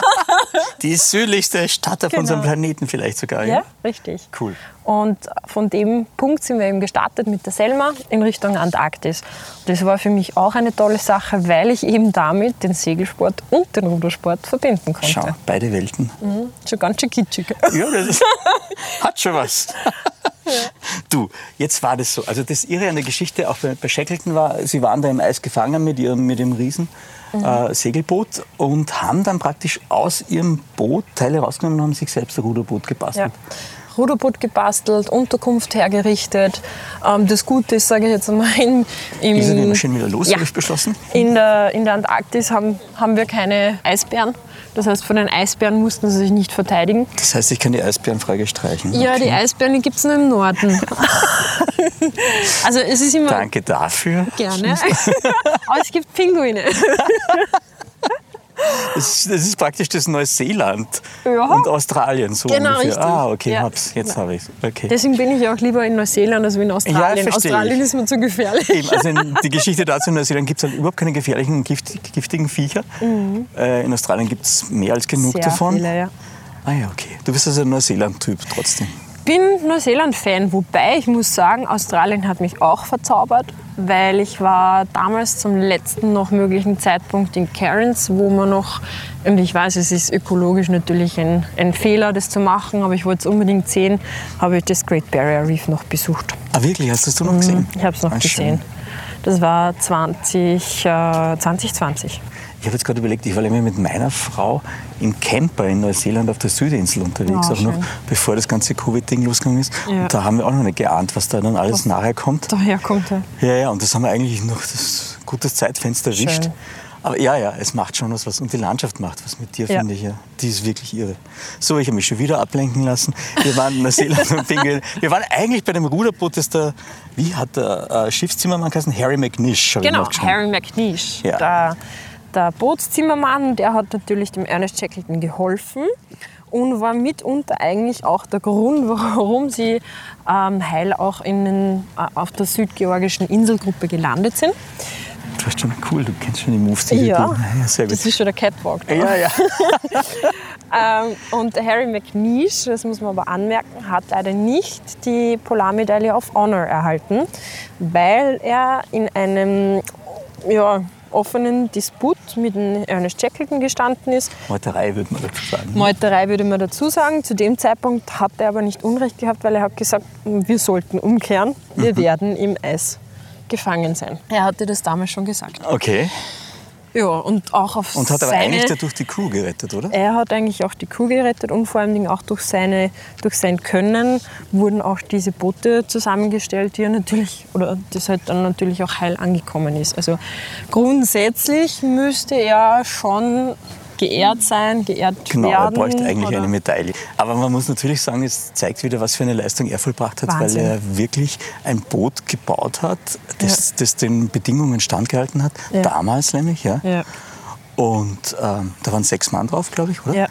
Die südlichste Stadt auf unserem Planeten vielleicht sogar. Ja, richtig. Cool. Und von dem Punkt sind wir eben gestartet mit der Selma in Richtung Antarktis. Das war für mich auch eine tolle Sache, weil ich eben damit den Segelsport und den Rudersport verbinden konnte. Schau, beide Welten. Schon ganz schön kitschig. Ja, das hat schon was. Du, jetzt war das so. Also das Irre an der Geschichte auch bei Shackleton war, sie waren da im Eis gefangen mit dem riesen Segelboot und haben dann praktisch aus ihrem Boot Teile rausgenommen und haben sich selbst ein Ruderboot gebastelt. Ja. Ruderboot gebastelt, Unterkunft hergerichtet. Das Gute ist, sage ich jetzt einmal, Ist die Maschine wieder los, habe ich beschlossen? In der Antarktis haben wir keine Eisbären. Das heißt, von den Eisbären mussten sie sich nicht verteidigen. Das heißt, ich kann die Eisbärenfrage streichen? Ja, okay. Die Eisbären gibt es nur im Norden. Also es ist immer... Danke dafür. Gerne. Aber es gibt Pinguine. Das ist praktisch das Neuseeland Ja. und Australien so Genau, ungefähr. richtig. Ah, okay, Ja. jetzt habe ich es. Okay. Deswegen bin ich auch lieber in Neuseeland als in Australien. verstehe Australien ich. ist mir zu gefährlich. Eben, also die Geschichte dazu, in Neuseeland gibt es halt überhaupt keine gefährlichen und giftigen Viecher. In Australien gibt es mehr als genug Sehr davon. viele, ja. Ah ja, okay. Du bist also ein Neuseeland-Typ trotzdem. Ich bin Neuseeland-Fan, wobei ich muss sagen, Australien hat mich auch verzaubert, weil ich war damals zum letzten noch möglichen Zeitpunkt in Cairns, wo man noch, und ich weiß, es ist ökologisch natürlich ein Fehler, das zu machen, aber ich wollte es unbedingt sehen, habe ich das Great Barrier Reef noch besucht. Ah wirklich, hast du es noch gesehen? Ich habe es noch Ah, gesehen. schön. Das war 2020. Ich habe jetzt gerade überlegt, ich war immer mit meiner Frau im Camper in Neuseeland auf der Südinsel unterwegs, Ah, auch noch schön. bevor das ganze Covid-Ding losgegangen ist. Ja. Und da haben wir auch noch nicht geahnt, was da dann alles nachher kommt. Daher kommt er. Ja, und das haben wir eigentlich noch das gutes Zeitfenster erwischt. Schön. Aber ja, es macht schon was. Und die Landschaft macht was mit dir, Ja. finde ich. Ja. Die ist wirklich irre. So, ich habe mich schon wieder ablenken lassen. Wir waren in Neuseeland und Pinguin. Wir waren eigentlich bei dem Ruderboot, das der, wie hat der Schiffszimmermann geheißen? Harry McNish. Hab ich Genau, mir aufgeschrieben. Harry McNish. Ja. Der Bootszimmermann, der hat natürlich dem Ernest Shackleton geholfen und war mitunter eigentlich auch der Grund, warum sie heil auch auf der südgeorgischen Inselgruppe gelandet sind. Du hast schon cool, du kennst schon die Moves, die Ja, wir tun. Ja, sehr gut. das ist schon der Catwalk. Da. Ja. Und der Harry McNish, das muss man aber anmerken, hat leider nicht die Polarmedaille of Honor erhalten, weil er in einem offenen Disput mit dem Ernest Shackleton gestanden ist. Meuterei würde man dazu sagen. Meuterei würde man dazu sagen. Zu dem Zeitpunkt hat er aber nicht Unrecht gehabt, weil er hat gesagt, wir sollten umkehren, wir werden im Eis gefangen sein. Er hatte das damals schon gesagt. Okay. Ja, und auch auf Und hat aber seine... eigentlich dadurch die Crew gerettet, oder? Er hat eigentlich auch die Crew gerettet und vor allem auch durch sein Können wurden auch diese Boote zusammengestellt, die er natürlich, oder das halt dann natürlich auch heil angekommen ist. Also grundsätzlich müsste er schon geehrt sein, geehrt Genau, werden. er bräuchte eigentlich oder- eine Medaille. Aber man muss natürlich sagen, es zeigt wieder, was für eine Leistung er vollbracht hat, Wahnsinn. weil er wirklich ein Boot gebaut hat, das den Bedingungen standgehalten hat. Ja. Damals nämlich, ja. Ja, Und da waren 6 Mann drauf, glaube ich, oder? ja.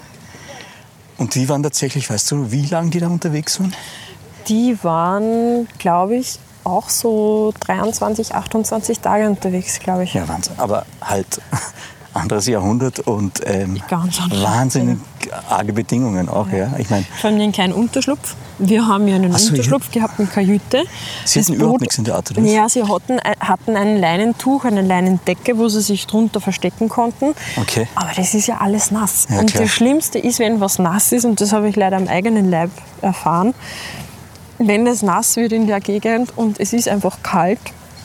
Und die waren tatsächlich, weißt du, wie lange die da unterwegs waren? Die waren, glaube ich, auch so 23, 28 Tage unterwegs, glaube ich. Ja, Wahnsinn. Aber halt anderes Jahrhundert und Ganz anders. wahnsinnig arge Bedingungen auch, ja. Ich meine, Vor allem keinen Unterschlupf. Wir haben ja einen Ach so, Unterschlupf gehabt in Kajüte. Sie hatten Das überhaupt Boot- nichts in der Art, oder was? Ja, sie hatten ein Leinentuch, eine Leinendecke, wo sie sich drunter verstecken konnten. Okay. Aber das ist ja alles nass. Ja, und klar. das Schlimmste ist, wenn was nass ist, und das habe ich leider am eigenen Leib erfahren, wenn es nass wird in der Gegend und es ist einfach kalt,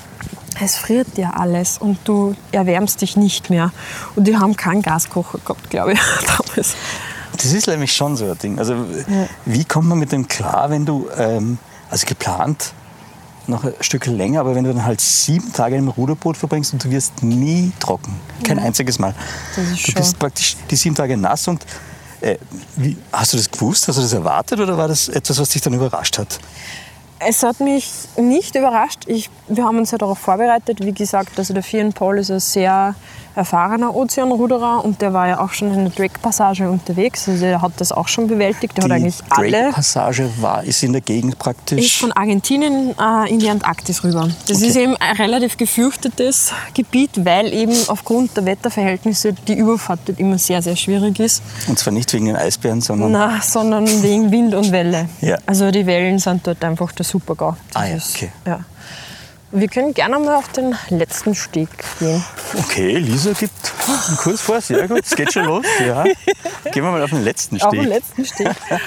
es friert dir alles und du erwärmst dich nicht mehr. Und die haben keinen Gaskocher gehabt, glaube ich, damals. Das ist nämlich schon so ein Ding. Also, wie kommt man mit dem klar, wenn du, also geplant, noch ein Stück länger, aber wenn du dann halt 7 Tage im Ruderboot verbringst und du wirst nie trocken. Kein einziges Mal. Das ist Du schon- bist praktisch die 7 Tage nass und hast du das gewusst? Hast du das erwartet oder war das etwas, was dich dann überrascht hat? Es hat mich nicht überrascht. Wir haben uns ja darauf vorbereitet. Wie gesagt, also der Fionn Paul ist ein sehr erfahrener Ozeanruderer und der war ja auch schon in der Drake-Passage unterwegs. Also er hat das auch schon bewältigt. Der hat eigentlich alle... Drake-Passage ist in der Gegend praktisch. Ist von Argentinien in die Antarktis rüber. Das Okay. ist eben ein relativ gefürchtetes Gebiet, weil eben aufgrund der Wetterverhältnisse die Überfahrt dort immer sehr, sehr schwierig ist. Und zwar nicht wegen den Eisbären, sondern. Sondern wegen Wind und Welle. Ja. Also die Wellen sind dort einfach der Super-GAU. Das Ah ja, ist- okay. Ja. Wir können gerne mal auf den letzten Steg gehen. Okay, Lisa gibt einen Kurs vor. Sehr gut, es geht schon los. Ja. Gehen wir mal auf den letzten Steg. Auf den letzten Steg.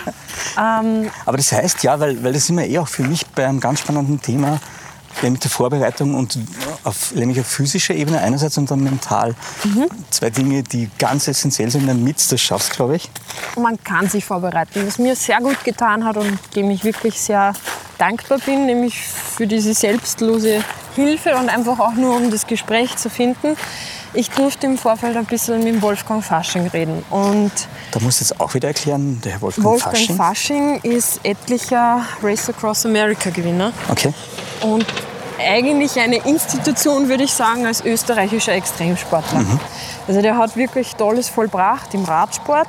Aber das heißt ja, weil das immer auch für mich bei einem ganz spannenden Thema mit der Vorbereitung und nämlich auf physischer Ebene einerseits und dann mental. 2 Dinge, die ganz essentiell sind, damit du das schaffst, glaube ich. Man kann sich vorbereiten. Was mir sehr gut getan hat und dem ich wirklich sehr dankbar bin, nämlich für diese selbstlose Hilfe und einfach auch nur um das Gespräch zu finden. Ich durfte im Vorfeld ein bisschen mit dem Wolfgang Fasching reden. Und Da musst du jetzt auch wieder erklären, der Herr Wolfgang Wolfgang Fasching. Fasching ist etlicher Race Across America Gewinner. Okay. Und eigentlich eine Institution, würde ich sagen, als österreichischer Extremsportler. Also der hat wirklich Tolles vollbracht im Radsport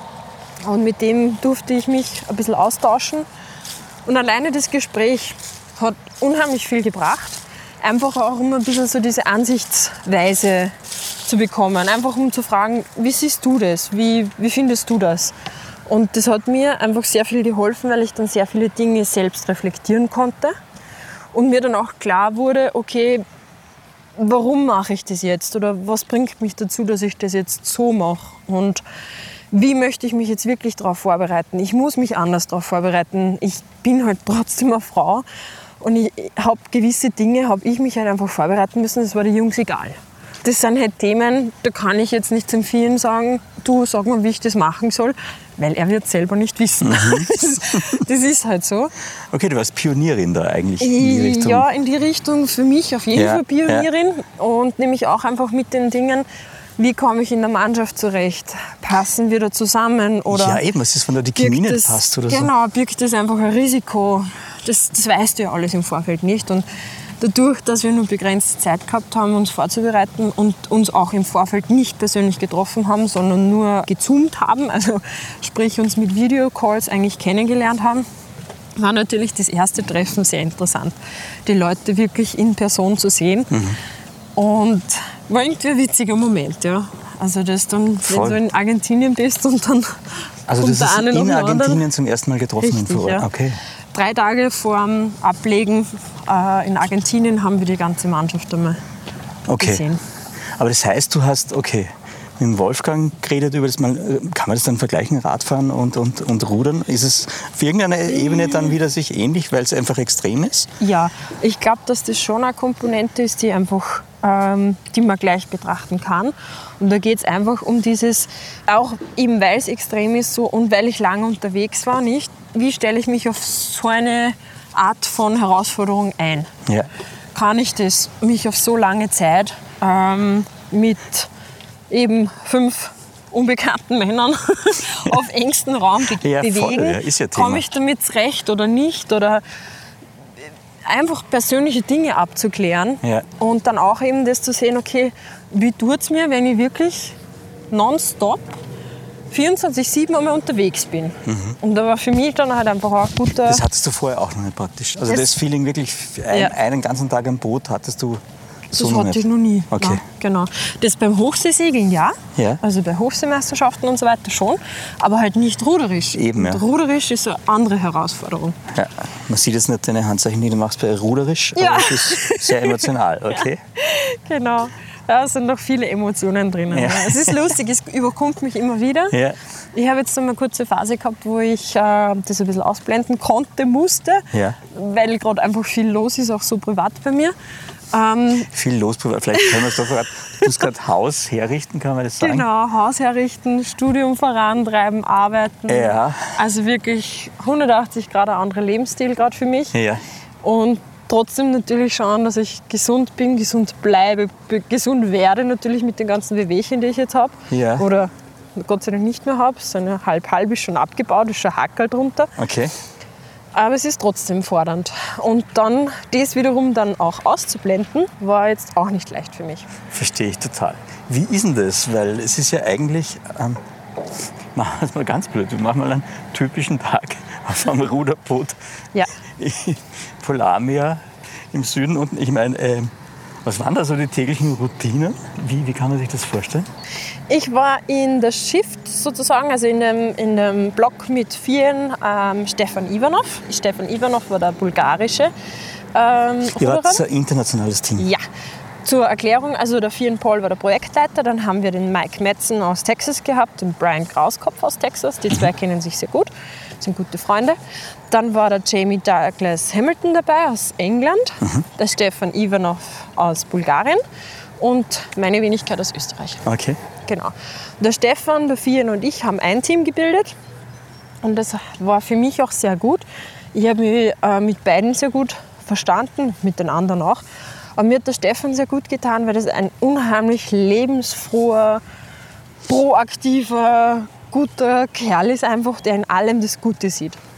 und mit dem durfte ich mich ein bisschen austauschen. Und alleine das Gespräch hat unheimlich viel gebracht, einfach auch um ein bisschen so diese Ansichtsweise zu bekommen, einfach um zu fragen, wie siehst du das, wie findest du das? Und das hat mir einfach sehr viel geholfen, weil ich dann sehr viele Dinge selbst reflektieren konnte und mir dann auch klar wurde, okay, warum mache ich das jetzt oder was bringt mich dazu, dass ich das jetzt so mache und wie möchte ich mich jetzt wirklich darauf vorbereiten? Ich muss mich anders darauf vorbereiten. Ich bin halt trotzdem eine Frau und ich habe gewisse Dinge, habe ich mich halt einfach vorbereiten müssen, das war den Jungs egal. Das sind halt Themen, da kann ich jetzt nicht zum Vielen sagen, du sag mal, wie ich das machen soll, weil er wird selber nicht wissen. Das ist halt so. Okay, du warst Pionierin da eigentlich in die Richtung. Ja, in die Richtung für mich auf jeden Fall Pionierin und nämlich auch einfach mit den Dingen, wie komme ich in der Mannschaft zurecht? Passen wir da zusammen? Oder ja, eben, was ist, wenn da die Chemie nicht passt oder so? Genau, birgt das einfach ein Risiko. Das weißt du ja alles im Vorfeld nicht. Und dadurch, dass wir nur begrenzte Zeit gehabt haben, uns vorzubereiten und uns auch im Vorfeld nicht persönlich getroffen haben, sondern nur gezoomt haben, also sprich uns mit Videocalls eigentlich kennengelernt haben, war natürlich das erste Treffen sehr interessant, die Leute wirklich in Person zu sehen. Und war irgendwie ein witziger Moment, ja. Also das dann, wenn du in Argentinien bist und dann also kommt das der eine ist noch in den Argentinien anderen. zum ersten Mal getroffen. Richtig, ja. Okay. 3 Tage vor dem Ablegen in Argentinien haben wir die ganze Mannschaft einmal gesehen. Aber das heißt, du hast, mit dem Wolfgang geredet über das mal, kann man das dann vergleichen, Radfahren und Rudern? Ist es auf irgendeiner Ebene dann wieder sich ähnlich, weil es einfach extrem ist? Ja, ich glaube, dass das schon eine Komponente ist, die einfach, die man gleich betrachten kann. Und da geht es einfach um dieses, auch eben weil es extrem ist so und weil ich lange unterwegs war, nicht, wie stelle ich mich auf so eine Art von Herausforderung ein? Ja. Kann ich das, mich auf so lange Zeit mit eben 5 unbekannten Männern auf engstem Raum bewegen? Voll, ja, ist ja Thema. Komme ich damit zurecht oder nicht? Oder einfach persönliche Dinge abzuklären und dann auch eben das zu sehen, okay, wie tut es mir, wenn ich wirklich nonstop 24/7 einmal unterwegs bin. Und da war für mich dann halt einfach auch guter... Das hattest du vorher auch noch nicht praktisch? Also das Feeling wirklich, einen ganzen Tag am Boot hattest du so das noch hatte nicht? ich noch nie. Okay. Nein, genau. Das beim Hochseesegeln ja, also bei Hochseemeisterschaften und so weiter schon, aber halt nicht ruderisch. Eben, ja. Und ruderisch ist eine andere Herausforderung. Ja. Man sieht jetzt nicht deine Handzeichen, die du machst bei ruderisch, aber es ist sehr emotional, okay? Genau. Da sind noch viele Emotionen drinnen. Ja. Es ist lustig, es überkommt mich immer wieder. Ja. Ich habe jetzt eine kurze Phase gehabt, wo ich das ein bisschen ausblenden musste, weil gerade einfach viel los ist, auch so privat bei mir. Viel los, vielleicht können wir es doch verraten. Du musst gerade Haus herrichten, kann man das sagen? Genau, Haus herrichten, Studium vorantreiben, arbeiten. Ja. Also wirklich 180 Grad ein anderer Lebensstil gerade für mich. Ja. Und trotzdem natürlich schauen, dass ich gesund bin, gesund bleibe, gesund werde natürlich mit den ganzen Wehwehchen, die ich jetzt habe. Ja. Oder Gott sei Dank nicht mehr habe. So eine halb ist schon abgebaut, ist schon ein Hackerl drunter. Okay. Aber es ist trotzdem fordernd. Und dann das wiederum dann auch auszublenden, war jetzt auch nicht leicht für mich. Verstehe ich total. Wie ist denn das? Weil es ist ja eigentlich, machen wir es mal ganz blöd, wir machen mal einen typischen Tag auf einem Ruderboot. Ja. Polarmeer im Süden unten. Ich meine, was waren da so die täglichen Routinen? Wie kann man sich das vorstellen? Ich war in der Shift sozusagen, also in dem Block mit 4 Stefan Ivanov. Stefan Ivanov war der bulgarische Ihr Ruderer. wart ein internationales Team. Ja. Zur Erklärung, also der Fian Paul war der Projektleiter, dann haben wir den Mike Madsen aus Texas gehabt, den Brian Krauskopf aus Texas, die zwei kennen sich sehr gut, sind gute Freunde. Dann war der Jamie Douglas Hamilton dabei aus England, der Stefan Ivanov aus Bulgarien und meine Wenigkeit aus Österreich. Okay. Genau. Der Stefan, der Fian und ich haben ein Team gebildet und das war für mich auch sehr gut. Ich habe mich mit beiden sehr gut verstanden, mit den anderen auch. Aber mir hat der Stefan sehr gut getan, weil das ein unheimlich lebensfroher, proaktiver, guter Kerl ist einfach, der in allem das Gute sieht.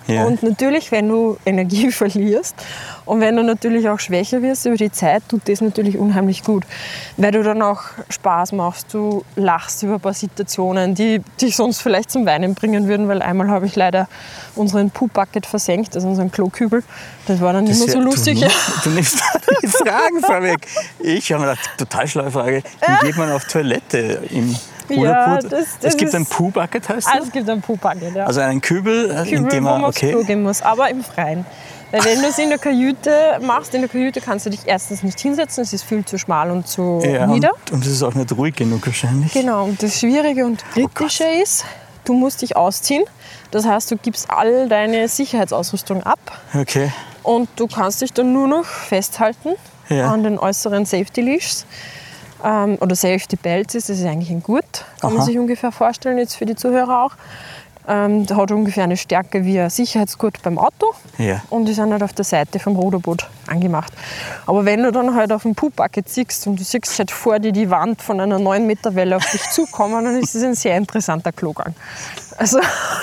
Ja. Und natürlich, wenn du Energie verlierst und wenn du natürlich auch schwächer wirst über die Zeit, tut das natürlich unheimlich gut. Weil du dann auch Spaß machst, du lachst über ein paar Situationen, die dich sonst vielleicht zum Weinen bringen würden, weil einmal habe ich leider unseren Poo-Bucket versenkt, also unseren Klokübel. Das war dann nicht mehr so lustig. Du nimmst die Fragen vorweg. Ich habe mir gedacht, total schlaue Frage. Wie geht man auf Toilette im Ruderboot? Es gibt ein Poo-Bucket, heißt das? Also es gibt ein Poo-Bucket, ja. Also einen Kübel, in dem wo man... man aufs Klo gehen muss, aber im Freien. Weil wenn du es in der Kajüte machst, in der Kajüte kannst du dich erstens nicht hinsetzen, es ist viel zu schmal und zu nieder. Und es ist auch nicht ruhig genug wahrscheinlich. Genau, und das Schwierige und Kritische ist, du musst dich ausziehen. Das heißt, du gibst all deine Sicherheitsausrüstung ab. Okay. Und du kannst dich dann nur noch festhalten an den äußeren Safety Leashs. Oder Safety Belts ist, das ist eigentlich ein Gurt, kann man sich ungefähr vorstellen, jetzt für die Zuhörer auch. Der hat ungefähr eine Stärke wie ein Sicherheitsgurt beim Auto und die sind halt auf der Seite vom Ruderboot angemacht. Aber wenn du dann halt auf dem Poo-Bucket siehst und du siehst halt vor dir die Wand von einer 9 Meter Welle auf dich zukommen, dann ist das ein sehr interessanter Klogang. Also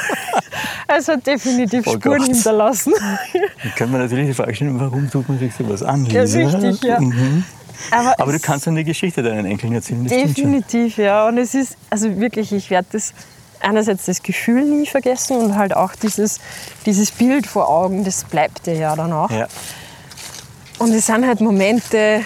es hat definitiv Spuren hinterlassen. Dann kann man natürlich die Frage stellen, warum tut man sich sowas an, Lisa? Ja, richtig, ja. Mhm. Aber du kannst dann die Geschichte deinen Enkeln erzählen. Das definitiv, ja. Und es ist, also wirklich, ich werde das einerseits das Gefühl nie vergessen und halt auch dieses Bild vor Augen, das bleibt dir ja dann auch. Ja. Und es sind halt Momente,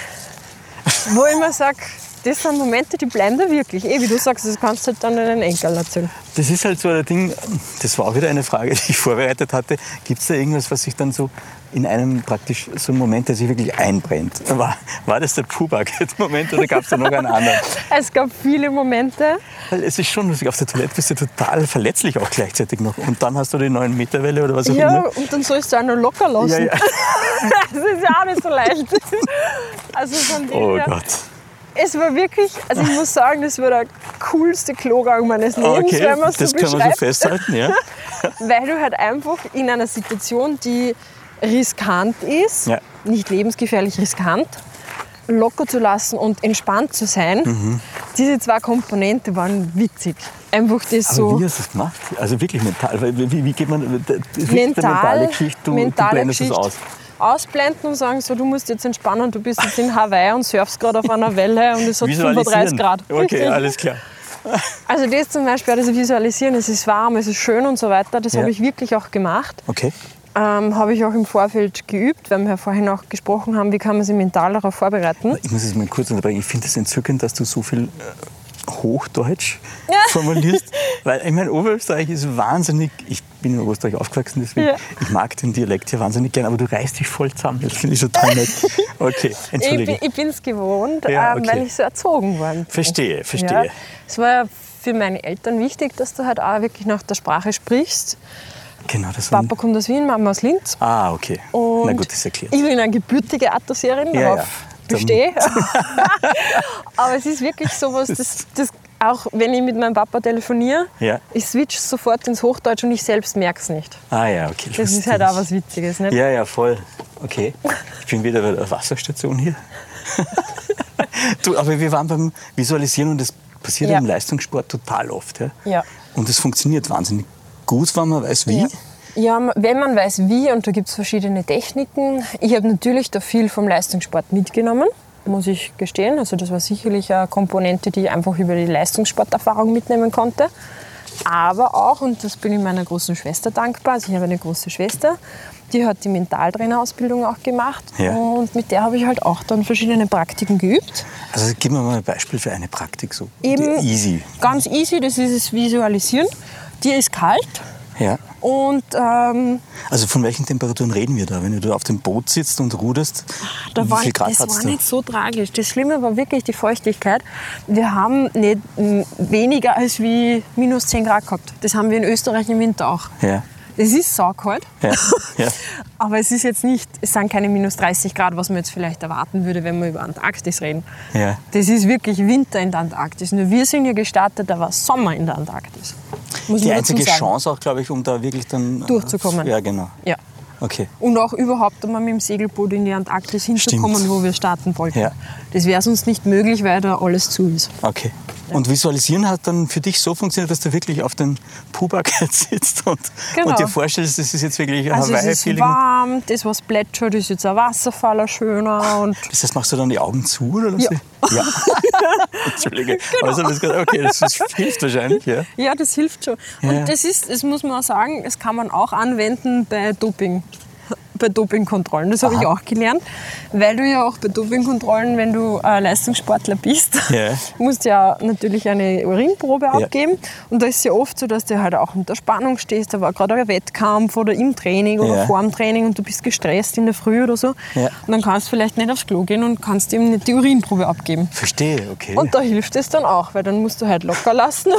wo ich mir sage, das sind Momente, die bleiben da wirklich. Wie du sagst, das kannst du halt dann deinen Enkeln erzählen. Das ist halt so ein Ding, das war auch wieder eine Frage, die ich vorbereitet hatte. Gibt es da irgendwas, was sich dann so in einem praktisch so ein Moment, der sich wirklich einbrennt? War das der Poo-Bucket-Moment oder gab es da noch einen anderen? Es gab viele Momente. Weil es ist schon lustig, auf der Toilette bist du total verletzlich auch gleichzeitig noch. Und dann hast du die 9-Meter-Welle oder was auch immer. Ja, und dann sollst du auch noch locker lassen. Ja. Das ist ja auch nicht so leicht. Also von dem her, Gott. Es war wirklich, also ich muss sagen, das war der coolste Klogang meines Lebens, Okay, wenn man es so das kann man so festhalten, ja. Weil du halt einfach in einer Situation, die riskant ist, nicht lebensgefährlich riskant, locker zu lassen und entspannt zu sein. Diese zwei Komponenten waren witzig. Einfach das Aber so. wie hast du das gemacht? Also wirklich mental. Wie geht man, das ist Mental, eine mentale Geschichte, du blendest das aus. Ausblenden und sagen, so, du musst jetzt entspannen, du bist jetzt in Hawaii und surfst gerade auf einer Welle und es hat 35 Grad. Okay, richtig. alles klar. Also das zum Beispiel, also Visualisieren, es ist warm, es ist schön und so weiter, das habe ich wirklich auch gemacht. Okay. Habe ich auch im Vorfeld geübt, weil wir ja vorhin auch gesprochen haben, wie kann man sich mental darauf vorbereiten. Ich muss es mal kurz unterbrechen. Ich finde es entzückend, dass du so viel Hochdeutsch formulierst. Weil ich meine, Oberösterreich ist wahnsinnig, ich bin in Österreich aufgewachsen, deswegen ich mag den Dialekt hier wahnsinnig gern, aber du reißt dich voll zusammen. Das finde ich total nett. Okay, entschuldige. Ich bin es gewohnt, okay. weil ich so erzogen worden bin. Verstehe. Ja. Es war ja für meine Eltern wichtig, dass du halt auch wirklich nach der Sprache sprichst. Genau, das Papa kommt aus Wien, Mama aus Linz. Ah, okay. Und na gut, das erklärt. Ich bin eine gebürtige Attersierin, darauf bestehe. Aber es ist wirklich sowas, das auch wenn ich mit meinem Papa telefoniere, ich switch sofort ins Hochdeutsch und ich selbst merke es nicht. Ah ja, okay. Das ist halt auch was Witziges, nicht? Ja, voll. Okay. Ich bin wieder bei der Wasserstation hier. Du, aber wir waren beim Visualisieren und das passiert im Leistungssport total oft. Ja. Und es funktioniert wahnsinnig gut, wenn man weiß, wie. Ja, wenn man weiß, wie, und da gibt es verschiedene Techniken. Ich habe natürlich da viel vom Leistungssport mitgenommen, muss ich gestehen. Also das war sicherlich eine Komponente, die ich einfach über die Leistungssporterfahrung mitnehmen konnte. Aber auch, und das bin ich meiner großen Schwester dankbar, also ich habe eine große Schwester, die hat die Mentaltrainerausbildung auch gemacht und mit der habe ich halt auch dann verschiedene Praktiken geübt. Also gib mir mal ein Beispiel für eine Praktik, so eben easy. Ganz easy, das ist das Visualisieren. Dir ist kalt. Ja. Und, also von welchen Temperaturen reden wir da, wenn du auf dem Boot sitzt und ruderst? Wie viel Grad hat's da? Das war nicht so tragisch. Das Schlimme war wirklich die Feuchtigkeit. Wir haben nicht weniger als wie minus 10 Grad gehabt. Das haben wir in Österreich im Winter auch. Ja. Es ist saukalt, ja. aber es ist jetzt nicht, es sind keine minus 30 Grad, was man jetzt vielleicht erwarten würde, wenn wir über Antarktis reden. Ja. Das ist wirklich Winter in der Antarktis. Nur wir sind ja gestartet, da war Sommer in der Antarktis. Die einzige Chance auch, glaube ich, um da wirklich dann durchzukommen. Ja, genau. Ja. Okay. Und auch überhaupt einmal mit dem Segelboot in die Antarktis hinzukommen, Stimmt. wo wir starten wollten. Ja. Das wäre sonst nicht möglich, weil da alles zu ist. Okay. Und Visualisieren hat dann für dich so funktioniert, dass du wirklich auf den Puhbucket sitzt und dir vorstellst, das ist jetzt wirklich ein Also es ist Hawaii-Feeling. warm, das was plätschert, ist jetzt ein Wasserfall, ein schöner. Und Das heißt, machst du dann die Augen zu? Oder Ja. Ja. Entschuldige. Also okay, das hilft wahrscheinlich. Ja. ja, das hilft schon. Ja. Und das muss man auch sagen, das kann man auch anwenden bei Dopingkontrollen. Das habe ich auch gelernt, weil du ja auch bei Dopingkontrollen, wenn du Leistungssportler bist, Ja. musst ja natürlich eine Urinprobe abgeben. Und da ist es ja oft so, dass du halt auch unter Spannung stehst. Da war gerade ein Wettkampf oder im Training oder Ja. vor dem Training und du bist gestresst in der Früh oder so. Ja. Und dann kannst du vielleicht nicht aufs Klo gehen und kannst eben nicht die Urinprobe abgeben. Verstehe, okay. Und da hilft es dann auch, weil dann musst du halt locker lassen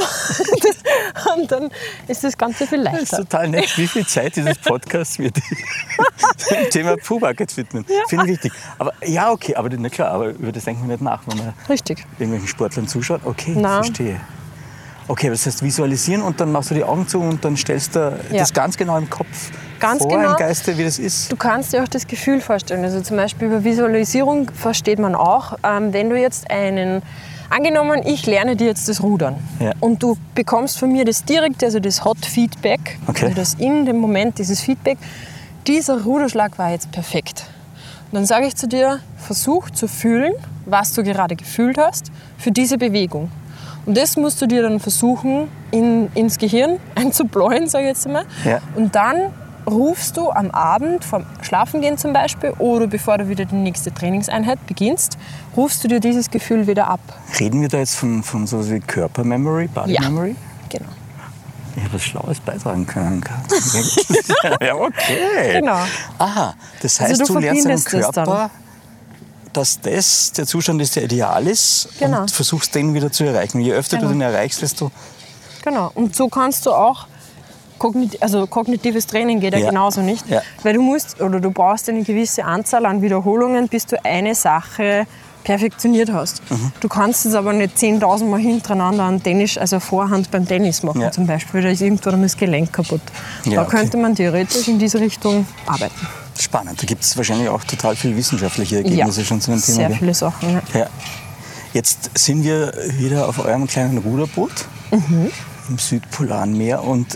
und dann ist das Ganze viel Das ist leichter. total nett, wie viel Zeit dieses Podcast wird dem Thema Puhbucket widmen. Finde ich wichtig. Aber ja, okay, aber na klar, aber über das denken wir nicht nach, wenn man Richtig. irgendwelchen Sportlern zuschaut. Okay, Nein. verstehe. Okay, aber das heißt visualisieren und dann machst du die Augen zu und dann stellst du das ganz genau im Kopf Ganz vor, genau. im Geiste, wie das ist. Du kannst dir auch das Gefühl vorstellen. Also zum Beispiel über Visualisierung versteht man auch, wenn du jetzt angenommen, ich lerne dir jetzt das Rudern Ja. und du bekommst von mir das direkte, also das Hot Feedback, Okay. also das in dem Moment, dieses Feedback, dieser Ruderschlag war jetzt perfekt. Und dann sage ich zu dir, versuch zu fühlen, was du gerade gefühlt hast für diese Bewegung. Und das musst du dir dann versuchen, ins Gehirn einzubläuen, sage ich jetzt einmal. Ja. Und dann rufst du am Abend, vorm Schlafengehen zum Beispiel, oder bevor du wieder die nächste Trainingseinheit beginnst, rufst du dir dieses Gefühl wieder ab. Reden wir da jetzt von so wie Körpermemory, Body Memory? Genau. Ich habe was Schlaues beitragen können. Ja, okay. Genau. Aha, das heißt, Also du du lernst deinem verbindest das dann. Körper, dass das der Zustand ist, der ideal ist Genau. und versuchst, den wieder zu erreichen. Je öfter du den erreichst, desto... Genau. Und so kannst du auch kognitives Training geht ja Ja. genauso nicht. Ja. Weil du brauchst eine gewisse Anzahl an Wiederholungen, bis du eine Sache perfektioniert hast. Du kannst es aber nicht 10.000 Mal hintereinander an Tennis, also Vorhand beim Tennis machen Ja. zum Beispiel. Da ist irgendwo dann das Gelenk kaputt. Ja, Da okay. könnte man theoretisch in diese Richtung arbeiten. Spannend. Da gibt es wahrscheinlich auch total viel wissenschaftliche Ergebnisse schon zu dem Thema. sehr gell? viele Sachen. Ja. Ja. Jetzt sind wir wieder auf eurem kleinen Ruderboot im südpolaren Meer und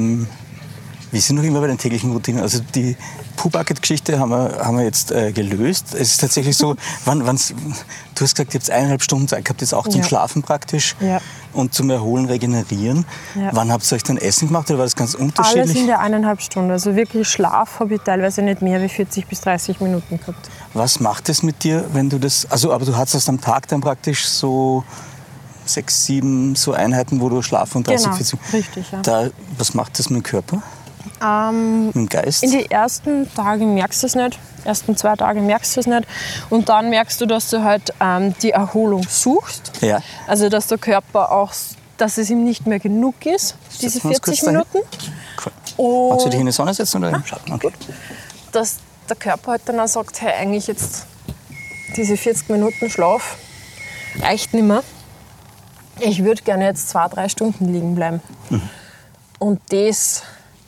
wir sind noch immer bei den täglichen Routinen. Also die Puhbucket-Geschichte haben wir jetzt gelöst. Es ist tatsächlich so, du hast gesagt, ihr habt 1,5 Stunden Zeit gehabt, jetzt auch zum Ja. Schlafen praktisch Ja. und zum Erholen, Regenerieren. Ja. Wann habt ihr euch dann Essen gemacht oder war das ganz Alles unterschiedlich? in der 1,5 Stunde. Also wirklich Schlaf habe ich teilweise nicht mehr wie 40 bis 30 Minuten gehabt. Was macht es mit dir, wenn du das... Also, aber du hattest am Tag dann praktisch so 6, 7 so Einheiten, wo du Schlaf und 30, Genau, 40... richtig, ja. Was macht das mit dem Körper? Mit dem Geist? In den ersten Tagen merkst du es nicht. Ersten 2 Tage merkst du es nicht. Und dann merkst du, dass du halt die Erholung suchst. Ja. Also dass der Körper auch, dass es ihm nicht mehr genug ist, diese Setzen wir uns 40 kurz dahin? Minuten. Cool. Und Magst du dich in die Sonne setzen oder im Schatten? Okay. dass der Körper halt dann auch sagt, hey, eigentlich jetzt diese 40 Minuten Schlaf reicht nicht mehr. Ich würde gerne jetzt 2-3 Stunden liegen bleiben. Und das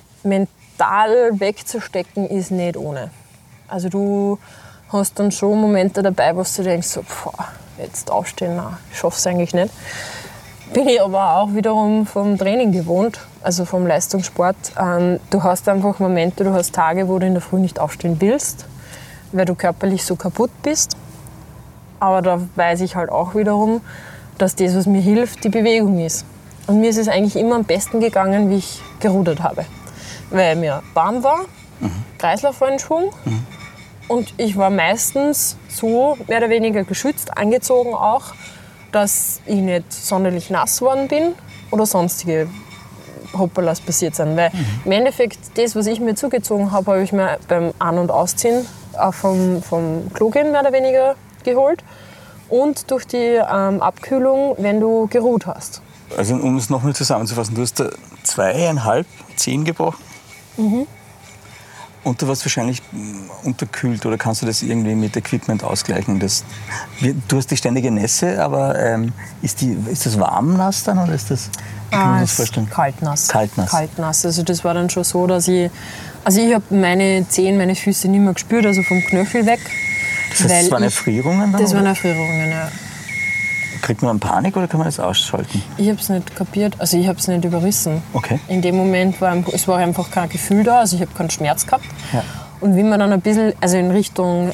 mental wegzustecken ist nicht ohne. Also du hast dann schon Momente dabei, wo du denkst, so, jetzt aufstehen, nein, ich schaffe es eigentlich nicht. Bin ich aber auch wiederum vom Training gewohnt, also vom Leistungssport. Du hast einfach Momente, du hast Tage, wo du in der Früh nicht aufstehen willst, weil du körperlich so kaputt bist. Aber da weiß ich halt auch wiederum, dass das, was mir hilft, die Bewegung ist. Und mir ist es eigentlich immer am besten gegangen, wie ich gerudert habe. Weil mir warm war, Kreislauf war in Schwung und ich war meistens so mehr oder weniger geschützt, angezogen auch, dass ich nicht sonderlich nass worden bin oder sonstige Hoppalas passiert sind. Weil im Endeffekt, das, was ich mir zugezogen habe, habe ich mir beim An- und Ausziehen auch vom Klo gehen mehr oder weniger geholt. Und durch die Abkühlung, wenn du geruht hast. Also um es nochmal zusammenzufassen, du hast da 2,5 Zehen gebrochen. Und du warst wahrscheinlich unterkühlt oder kannst du das irgendwie mit Equipment ausgleichen? Du hast die ständige Nässe, aber ist das warm-nass dann oder ist das, wie kann man das vorstellen? Kaltnass. Kaltnass. Kaltnass. Also das war dann schon so, dass ich Also ich habe meine Zehen, meine Füße nicht mehr gespürt, also vom Knöchel weg. Das heißt, das waren Erfrierungen dann? Das waren Erfrierungen, ja. Kriegt man Panik oder kann man das ausschalten? Ich habe es nicht kapiert, also ich habe es nicht überrissen. Okay. In dem Moment war es war einfach kein Gefühl da, also ich habe keinen Schmerz gehabt. Ja. Und wie man dann ein bisschen, also in Richtung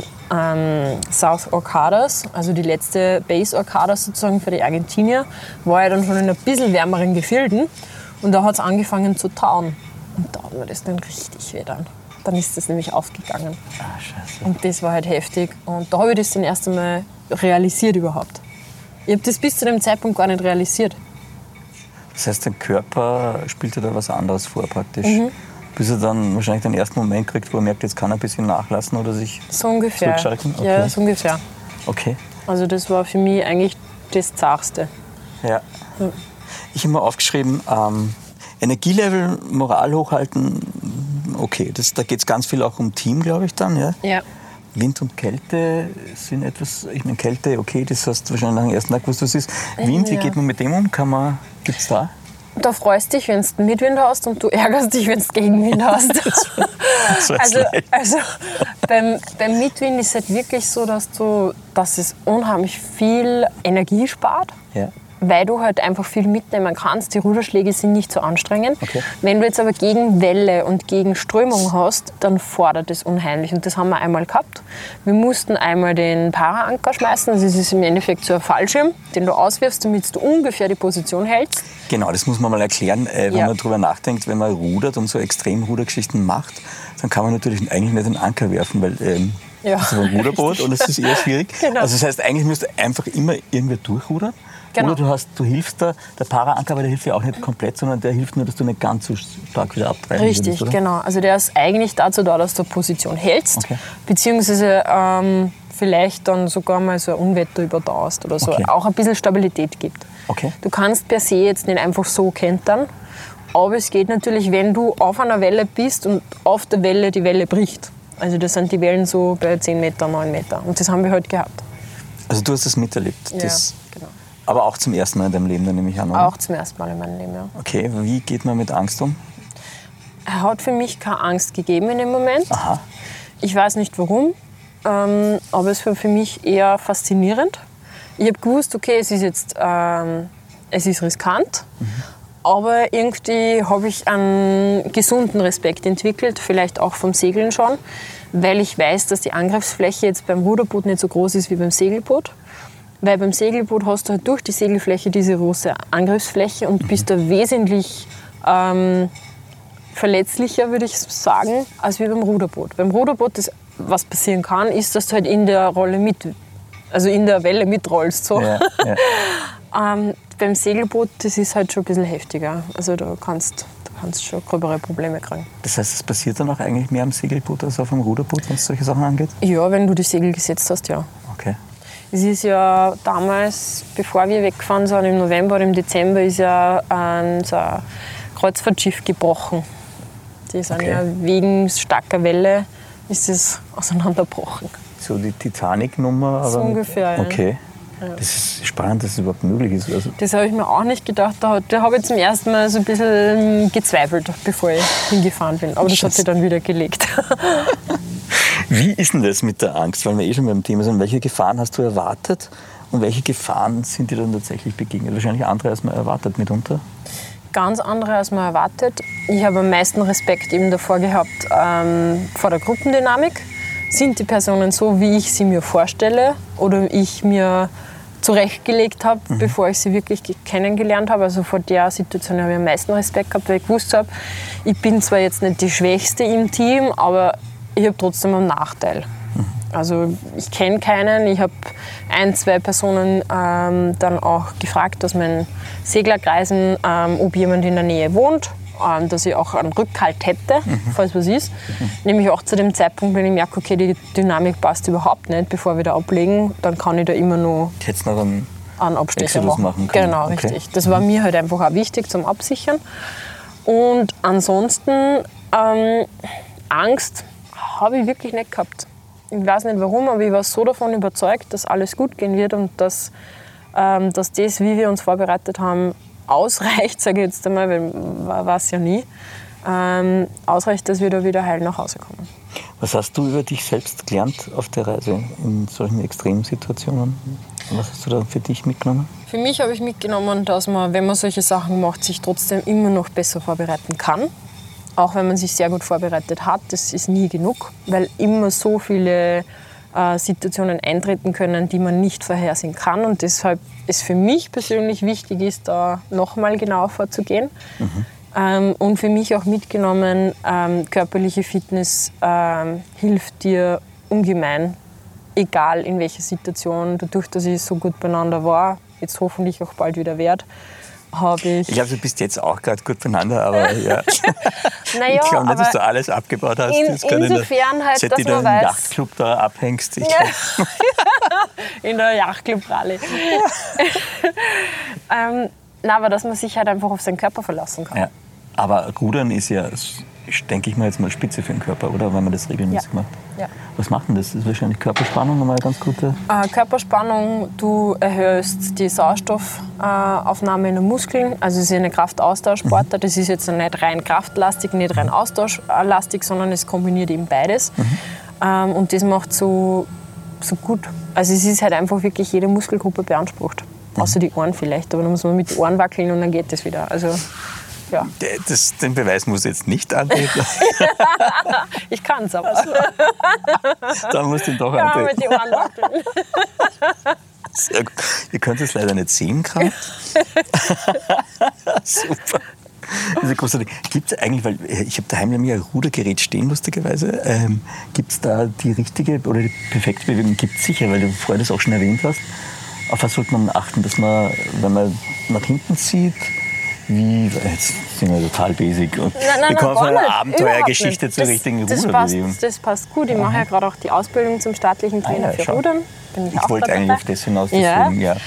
South Orcadas, also die letzte Base Orcadas sozusagen für die Argentinier, war ich dann schon in ein bisschen wärmeren Gefilden und da hat es angefangen zu tauen. Und da hat mir das dann richtig weh dann. Dann ist das nämlich aufgegangen. Ah, scheiße. Und das war halt heftig. Und da habe ich das dann erst einmal realisiert überhaupt. Ich habe das bis zu dem Zeitpunkt gar nicht realisiert. Das heißt, dein Körper spielt dir da was anderes vor praktisch. Bis er dann wahrscheinlich den ersten Moment kriegt, wo er merkt, jetzt kann er ein bisschen nachlassen oder sich So ungefähr. zurückschalten? Okay. Ja, so ungefähr. Okay. Also das war für mich eigentlich das Zartste. Ja. Ich habe mir aufgeschrieben, Energielevel, Moral hochhalten, okay. Da geht es ganz viel auch um Team, glaube ich dann. Ja? Ja. Wind und Kälte sind etwas, ich meine Kälte, okay, das hast du wahrscheinlich nach dem ersten Tag gewusst, was ist. Wind, wie geht man mit dem um? Gibt es da? Da freust du dich, wenn du Mitwind hast und du ärgerst dich, wenn du Gegenwind hast. also beim Mitwind ist es halt wirklich so, dass es unheimlich viel Energie spart. Ja. Weil du halt einfach viel mitnehmen kannst. Die Ruderschläge sind nicht so anstrengend. Okay. Wenn du jetzt aber gegen Welle und gegen Strömung hast, dann fordert es unheimlich. Und das haben wir einmal gehabt. Wir mussten einmal den Para-Anker schmeißen. Das ist im Endeffekt so ein Fallschirm, den du auswirfst, damit du ungefähr die Position hältst. Genau, das muss man mal erklären, wenn man darüber nachdenkt, wenn man rudert und so Extremrudergeschichten macht, dann kann man natürlich eigentlich nicht den Anker werfen, weil das ist ein Ruderboot und das ist eher schwierig. Genau. Also das heißt, eigentlich musst du einfach immer irgendwie durchrudern. Genau. Oder du hilfst der Para-Anker, aber der hilft ja auch nicht komplett, sondern der hilft nur, dass du nicht ganz so stark wieder abtreiben Richtig, würdest, oder? genau. Also der ist eigentlich dazu da, dass du Position hältst, Okay. beziehungsweise vielleicht dann sogar mal so ein Unwetter überdauerst oder so. Okay. Auch ein bisschen Stabilität gibt. Okay. Du kannst per se jetzt nicht einfach so kentern, aber es geht natürlich, wenn du auf einer Welle bist und auf der Welle die Welle bricht. Also das sind die Wellen so bei 10 Meter, 9 Meter. Und das haben wir heute gehabt. Also du hast das miterlebt? Ja, Das, genau. aber auch zum ersten Mal in deinem Leben, dann nehme ich an, oder? Auch zum ersten Mal in meinem Leben, ja. Okay, wie geht man mit Angst um? Er hat für mich keine Angst gegeben in dem Moment. Aha. Ich weiß nicht warum, aber es war für mich eher faszinierend. Ich habe gewusst, okay, es ist jetzt es ist riskant, aber irgendwie habe ich einen gesunden Respekt entwickelt, vielleicht auch vom Segeln schon, weil ich weiß, dass die Angriffsfläche jetzt beim Ruderboot nicht so groß ist wie beim Segelboot. Weil beim Segelboot hast du halt durch die Segelfläche diese große Angriffsfläche und bist da wesentlich verletzlicher, würde ich sagen, als wie beim Ruderboot. Beim Ruderboot, was passieren kann, ist, dass du halt in der Rolle in der Welle mitrollst. So. Ja, ja. Beim Segelboot, das ist halt schon ein bisschen heftiger. Also da kannst schon gröbere Probleme kriegen. Das heißt, es passiert dann auch eigentlich mehr am Segelboot als auf dem Ruderboot, wenn es solche Sachen angeht? Ja, wenn du die Segel gesetzt hast, ja. Okay. Es ist ja damals, bevor wir weggefahren sind, im November oder im Dezember, ist ja so ein Kreuzfahrtschiff gebrochen. Die sind ja wegen starker Welle ist es auseinandergebrochen. So die Titanic-Nummer? So ungefähr, ja. Okay. Das ist spannend, dass es überhaupt möglich ist. Also Das habe ich mir auch nicht gedacht. Da habe ich zum ersten Mal so ein bisschen gezweifelt, bevor ich hingefahren bin. Aber das hat sich dann wieder gelegt. Wie ist denn das mit der Angst? Weil wir schon beim Thema sind. Welche Gefahren hast du erwartet und welche Gefahren sind dir dann tatsächlich begegnet? Wahrscheinlich andere, als man erwartet mitunter. Ganz andere, als man erwartet. Ich habe am meisten Respekt eben davor gehabt, vor der Gruppendynamik. Sind die Personen so, wie ich sie mir vorstelle oder ich mir zurechtgelegt habe, bevor ich sie wirklich kennengelernt habe? Also vor der Situation habe ich am meisten Respekt gehabt, weil ich gewusst habe, ich bin zwar jetzt nicht die Schwächste im Team, aber ich habe trotzdem einen Nachteil. Also ich kenne keinen. Ich habe 1, 2 Personen dann auch gefragt aus meinen Seglerkreisen, ob jemand in der Nähe wohnt, dass ich auch einen Rückhalt hätte, falls was ist. Nämlich auch zu dem Zeitpunkt, wenn ich merke, okay, die Dynamik passt überhaupt nicht, bevor wir da ablegen, dann kann ich da immer noch Ich hätte noch einen Abstecher machen können. Genau, Okay. richtig. Das war mir halt einfach auch wichtig zum Absichern. Und ansonsten Angst habe ich wirklich nicht gehabt. Ich weiß nicht warum, aber ich war so davon überzeugt, dass alles gut gehen wird und dass das, wie wir uns vorbereitet haben, ausreicht, sage ich jetzt einmal, weil man weiß ja nie. ausreicht, dass wir da wieder heil nach Hause kommen. Was hast du über dich selbst gelernt auf der Reise in solchen Extremsituationen? Was hast du da für dich mitgenommen? Für mich habe ich mitgenommen, dass man, wenn man solche Sachen macht, sich trotzdem immer noch besser vorbereiten kann. Auch wenn man sich sehr gut vorbereitet hat, das ist nie genug, weil immer so viele Situationen eintreten können, die man nicht vorhersehen kann. Und deshalb ist für mich persönlich wichtig, ist, da nochmal genauer vorzugehen. Und für mich auch mitgenommen, körperliche Fitness hilft dir ungemein, egal in welcher Situation. Dadurch, dass ich so gut beieinander war, jetzt hoffentlich auch bald wieder werde, habe ich... Ich glaube, du bist jetzt auch gerade gut beieinander, aber ja. Naja, ich glaube nicht, dass du alles abgebaut hast. Insofern halt, seit dass du man im weiß... Yachtclub da abhängst. In der Yachtclub-Rallye. Nein, aber dass man sich halt einfach auf seinen Körper verlassen kann. Ja. Aber Rudern ist ja, denke ich mal, jetzt mal Spitze für den Körper, oder? Wenn man das regelmäßig macht. Ja. Was macht denn das? Das ist wahrscheinlich Körperspannung nochmal ganz gute. Körperspannung, du erhöhst die Sauerstoffaufnahme in den Muskeln. Also es ist eine Kraftaustauschsportart. Das ist jetzt nicht rein kraftlastig, nicht rein austauschlastig, sondern es kombiniert eben beides. Und das macht so gut. Also es ist halt einfach wirklich jede Muskelgruppe beansprucht. Außer die Ohren vielleicht, aber dann muss man mit den Ohren wackeln und dann geht das wieder. Also, ja. Den Beweis musst du jetzt nicht antreten. Ich kann es aber. Dann musst du ihn doch ja, antreten. mit den Ohren wackeln. Sehr gut. Ihr könnt es leider nicht sehen gerade. Super. Das ist großartig. Gibt es eigentlich, weil ich habe daheim nämlich ein Rudergerät stehen, lustigerweise. Gibt es da die richtige oder die perfekte Bewegung? Gibt es sicher, weil du vorher das auch schon erwähnt hast. Auf was sollte man achten, dass man, wenn man nach hinten zieht, jetzt sind wir total basic. Und wir kommen von einer Abenteuergeschichte zur richtigen Ruderbewegung. Das passt gut. Ich mache ja gerade auch die Ausbildung zum staatlichen Trainer für Rudern. Ich wollte eigentlich auf das hinaus. Deswegen, ja.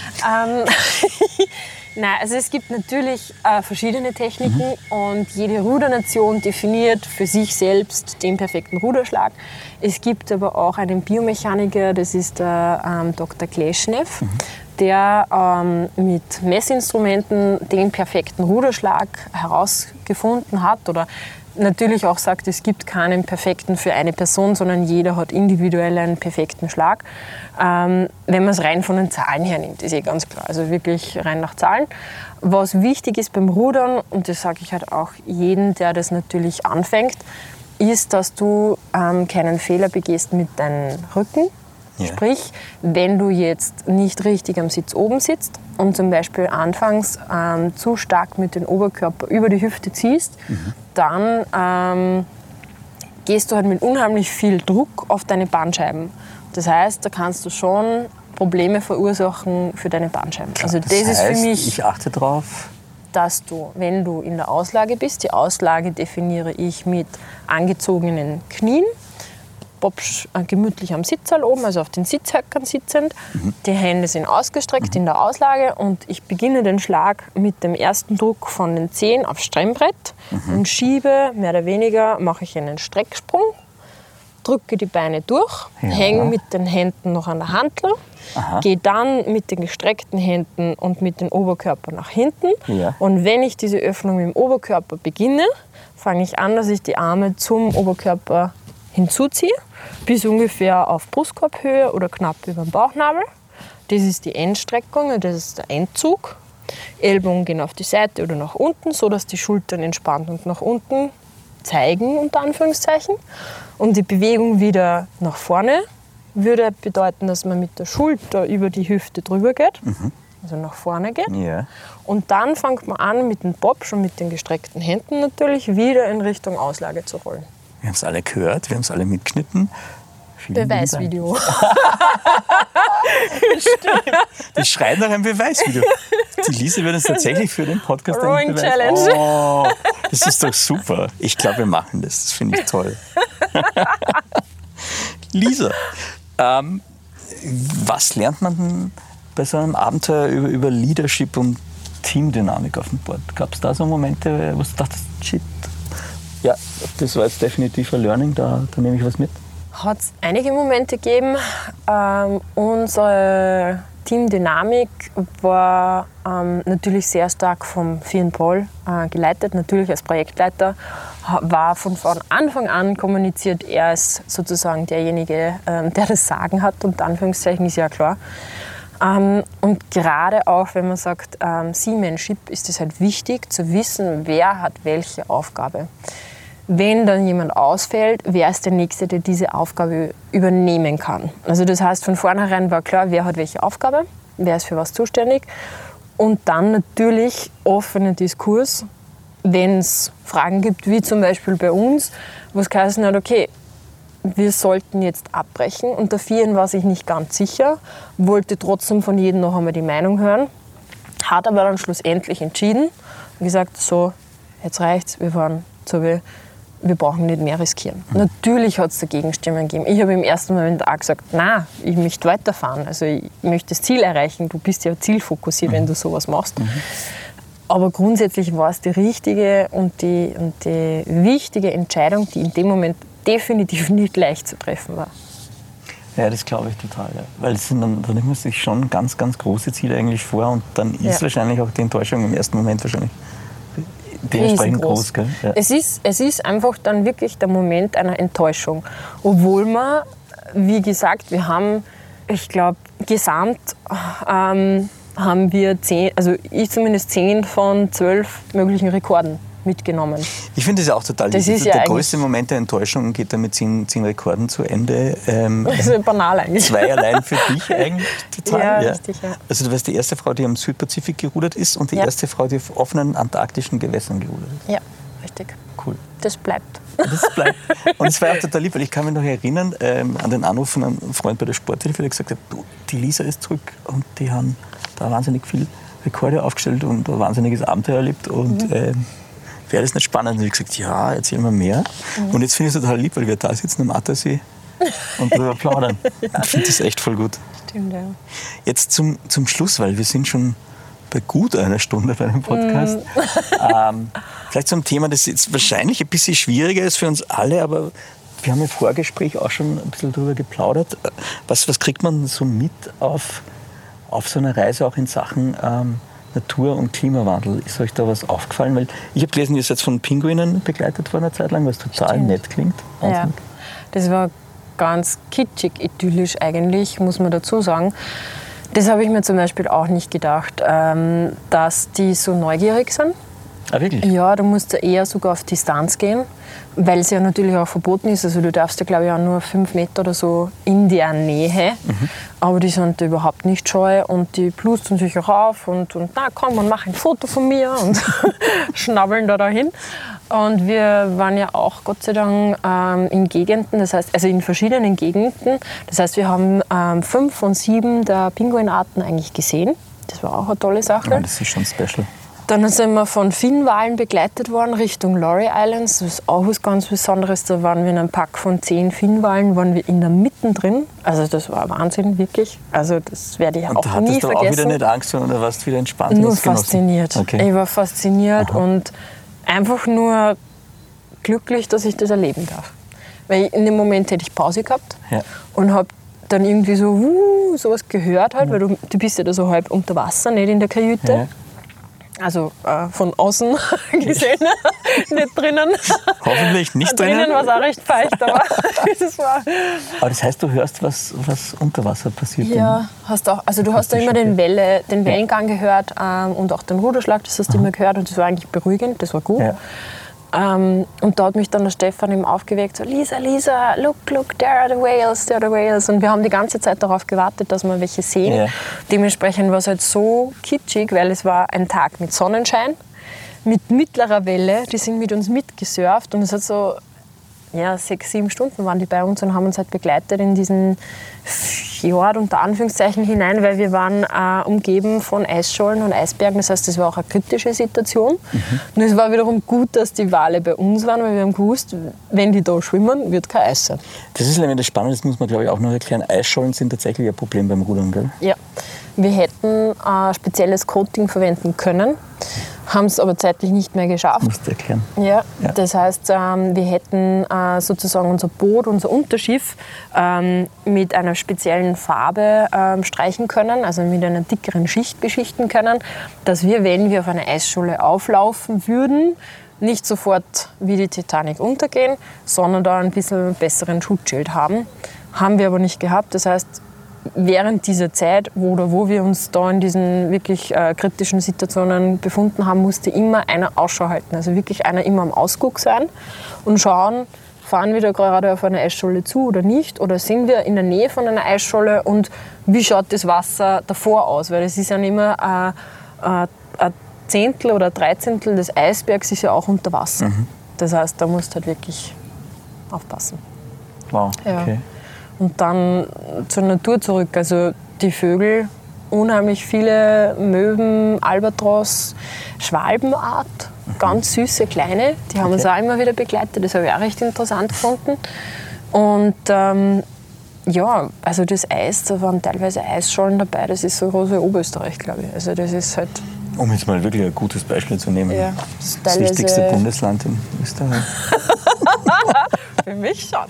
Nein, also es gibt natürlich verschiedene Techniken und jede Rudernation definiert für sich selbst den perfekten Ruderschlag. Es gibt aber auch einen Biomechaniker, das ist der Dr. Kleschnew, der mit Messinstrumenten den perfekten Ruderschlag herausgefunden hat oder natürlich auch sagt, es gibt keinen perfekten für eine Person, sondern jeder hat individuell einen perfekten Schlag. Wenn man es rein von den Zahlen her nimmt, ist ganz klar, also wirklich rein nach Zahlen. Was wichtig ist beim Rudern, und das sage ich halt auch jedem, der das natürlich anfängt, ist, dass du keinen Fehler begehst mit deinem Rücken. Ja. Sprich, wenn du jetzt nicht richtig am Sitz oben sitzt und zum Beispiel anfangs zu stark mit dem Oberkörper über die Hüfte ziehst, dann gehst du halt mit unheimlich viel Druck auf deine Bandscheiben. Das heißt, da kannst du schon Probleme verursachen für deine Bandscheiben. Klar, also das heißt, ist für mich, ich achte darauf, dass du, wenn du in der Auslage bist, die Auslage definiere ich mit angezogenen Knien, gemütlich am Sitzsaal oben, also auf den Sitzhöckern sitzend. Die Hände sind ausgestreckt in der Auslage und ich beginne den Schlag mit dem ersten Druck von den Zehen aufs Stremmbrett und schiebe, mehr oder weniger, mache ich einen Strecksprung, drücke die Beine durch, hänge mit den Händen noch an der Hantel, gehe dann mit den gestreckten Händen und mit dem Oberkörper nach hinten. Ja. Und wenn ich diese Öffnung mit dem Oberkörper beginne, fange ich an, dass ich die Arme zum Oberkörper hinzuziehe, bis ungefähr auf Brustkorbhöhe oder knapp über dem Bauchnabel. Das ist die Endstreckung, das ist der Endzug. Ellbogen gehen auf die Seite oder nach unten, sodass die Schultern entspannt und nach unten zeigen, unter Anführungszeichen. Und die Bewegung wieder nach vorne würde bedeuten, dass man mit der Schulter über die Hüfte drüber geht, also nach vorne geht. Yeah. Und dann fängt man an, mit dem Bob, schon mit den gestreckten Händen natürlich, wieder in Richtung Auslage zu rollen. Wir haben es alle gehört, wir haben es alle mitgeschnitten. Beweisvideo. Das schreit nach einem Beweisvideo. Die Lisa wird uns tatsächlich für den Podcast Rowing Challenge. Oh, das ist doch super. Ich glaube, wir machen das. Das finde ich toll. Lisa, was lernt man denn bei so einem Abenteuer über Leadership und Teamdynamik auf dem Board? Gab es da so Momente, wo du dachtest, shit, ja, das war jetzt definitiv ein Learning, da nehme ich was mit? Hat es einige Momente gegeben. Unsere Teamdynamik war natürlich sehr stark vom Fionn Paul geleitet, natürlich als Projektleiter, war von Anfang an kommuniziert, er ist sozusagen derjenige, der das Sagen hat, unter Anführungszeichen, ist ja klar. Und gerade auch, wenn man sagt, Seamanship, ist es halt wichtig zu wissen, wer hat welche Aufgabe. Wenn dann jemand ausfällt, wer ist der Nächste, der diese Aufgabe übernehmen kann. Also das heißt, von vornherein war klar, wer hat welche Aufgabe, wer ist für was zuständig. Und dann natürlich offener Diskurs, wenn es Fragen gibt, wie zum Beispiel bei uns, wo es geheißen hat, okay, wir sollten jetzt abbrechen. Und der Fionn war sich nicht ganz sicher, wollte trotzdem von jedem noch einmal die Meinung hören, hat aber dann schlussendlich entschieden und gesagt, so, jetzt reicht's, wir fahren zur wir brauchen nicht mehr riskieren. Natürlich hat es Gegenstimmen gegeben. Ich habe im ersten Moment auch gesagt, nein, ich möchte weiterfahren. Also ich möchte das Ziel erreichen. Du bist ja zielfokussiert, wenn du sowas machst. Aber grundsätzlich war es die richtige und die wichtige Entscheidung, die in dem Moment definitiv nicht leicht zu treffen war. Ja, das glaube ich total. Ja. Weil dann nimmt man sich schon ganz, ganz große Ziele eigentlich vor und dann ist wahrscheinlich auch die Enttäuschung im ersten Moment wahrscheinlich dementsprechend groß. Gell? Ja. Es ist einfach dann wirklich der Moment einer Enttäuschung. Obwohl man, wie gesagt, wir haben, ich glaube, gesamt haben wir ich zumindest 10 von 12 möglichen Rekorden mitgenommen. Ich finde das ja auch total wichtig. Der größte Moment der Enttäuschung geht dann mit 10 Rekorden zu Ende. Das ist banal eigentlich. 2 allein für dich eigentlich total. Ja, richtig. Ja. Also du warst die erste Frau, die am Südpazifik gerudert ist und die erste Frau, die auf offenen antarktischen Gewässern gerudert ist. Ja, richtig. Cool. Das bleibt. Und es war auch total lieb, weil ich kann mich noch erinnern an den Anruf von einem Freund bei der Sporthilfe, der gesagt hat, du, die Lisa ist zurück und die haben da wahnsinnig viel Rekorde aufgestellt und ein wahnsinniges Abenteuer erlebt und wäre das nicht spannend? Und ich habe gesagt, ja, erzähl mal mehr. Und jetzt finde ich es total lieb, weil wir da sitzen am Attersee und drüber plaudern. Ich finde das echt voll gut. Stimmt, ja. Jetzt zum Schluss, weil wir sind schon bei gut einer Stunde bei dem Podcast. Vielleicht zum Thema, das jetzt wahrscheinlich ein bisschen schwieriger ist für uns alle, aber wir haben im Vorgespräch auch schon ein bisschen darüber geplaudert. Was kriegt man so mit auf so einer Reise auch in Sachen Natur- und Klimawandel? Ist euch da was aufgefallen? Weil ich habe gelesen, ihr seid von Pinguinen begleitet worden eine Zeit lang, was total nett klingt. Ja, das war ganz kitschig, idyllisch eigentlich, muss man dazu sagen. Das habe ich mir zum Beispiel auch nicht gedacht, dass die so neugierig sind. Ah, wirklich? Ja, du musst ja eher sogar auf Distanz gehen, weil es ja natürlich auch verboten ist. Also du darfst ja, glaube ich, auch nur 5 Meter oder so in der Nähe. Aber die sind da überhaupt nicht scheu und die plustern sich auch auf und na komm, und mach ein Foto von mir und schnabbeln da dahin. Und wir waren ja auch Gott sei Dank in Gegenden, das heißt, also in verschiedenen Gegenden. Das heißt, wir haben 5 von 7 der Pinguinarten eigentlich gesehen. Das war auch eine tolle Sache. Ja, das ist schon special. Dann sind wir von Finnwalen begleitet worden Richtung Laurie Islands. Das ist auch was ganz Besonderes. Da waren wir in einem Pack von 10 Finnwalen, waren wir in der Mitte drin. Also das war Wahnsinn, wirklich. Also das werde ich auch nie vergessen. Und hattest du auch wieder nicht Angst oder warst du wieder entspannt? Nur fasziniert. Okay. Ich war fasziniert und einfach nur glücklich, dass ich das erleben darf. Weil in dem Moment hätte ich Pause gehabt und habe dann irgendwie so sowas gehört, halt, weil du bist ja da so halb unter Wasser, nicht in der Kajüte. Ja. Also von außen gesehen, nicht drinnen. Hoffentlich nicht drinnen. Drinnen war es auch recht feucht, aber das war... Aber das heißt, du hörst, was unter Wasser passiert? Ja, hast auch. Also du hast da immer den Wellengang gehört und auch den Ruderschlag, das hast du immer gehört und das war eigentlich beruhigend, das war gut. Ja. Und da hat mich dann der Stefan eben aufgeweckt, so Lisa, look, there are the whales. Und wir haben die ganze Zeit darauf gewartet, dass wir welche sehen. Ja. Dementsprechend war es halt so kitschig, weil es war ein Tag mit Sonnenschein, mit mittlerer Welle, die sind mit uns mitgesurft und es hat so 6-7 Stunden waren die bei uns und haben uns halt begleitet in diesen Fjord unter Anführungszeichen hinein, weil wir waren umgeben von Eisschollen und Eisbergen. Das heißt, das war auch eine kritische Situation. Und es war wiederum gut, dass die Wale bei uns waren, weil wir haben gewusst, wenn die da schwimmen, wird kein Eis sein. Das ist nämlich das Spannende, das muss man glaube ich auch noch erklären. Eisschollen sind tatsächlich ein Problem beim Rudern, gell? Ja, wir hätten ein spezielles Coating verwenden können, haben es aber zeitlich nicht mehr geschafft. Musst du erklären. Ja, das heißt, wir hätten sozusagen unser Boot, unser Unterschiff mit einer speziellen Farbe streichen können, also mit einer dickeren Schicht beschichten können, dass wir, wenn wir auf eine Eisscholle auflaufen würden, nicht sofort wie die Titanic untergehen, sondern da ein bisschen besseren Schutzschild haben. Haben wir aber nicht gehabt. Das heißt, während dieser Zeit, wo wir uns da in diesen wirklich kritischen Situationen befunden haben, musste immer einer Ausschau halten. Also wirklich einer immer am Ausguck sein und schauen, fahren wir da gerade auf eine Eisscholle zu oder nicht? Oder sind wir in der Nähe von einer Eisscholle und wie schaut das Wasser davor aus? Weil es ist ja nicht immer ein Zehntel oder Dreizehntel des Eisbergs ist ja auch unter Wasser. Das heißt, da musst du halt wirklich aufpassen. Wow, Ja. okay. Und dann zur Natur zurück. Also die Vögel, unheimlich viele Möwen, Albatros, Schwalbenart, ganz süße kleine. Die haben uns auch immer wieder begleitet. Das habe ich auch recht interessant gefunden. Und ja, also das Eis, da waren teilweise Eisschollen dabei. Das ist so groß wie Oberösterreich, glaube ich. Also das ist halt... Um jetzt mal wirklich ein gutes Beispiel zu nehmen. Ja, das wichtigste Bundesland in Österreich. Für mich schon.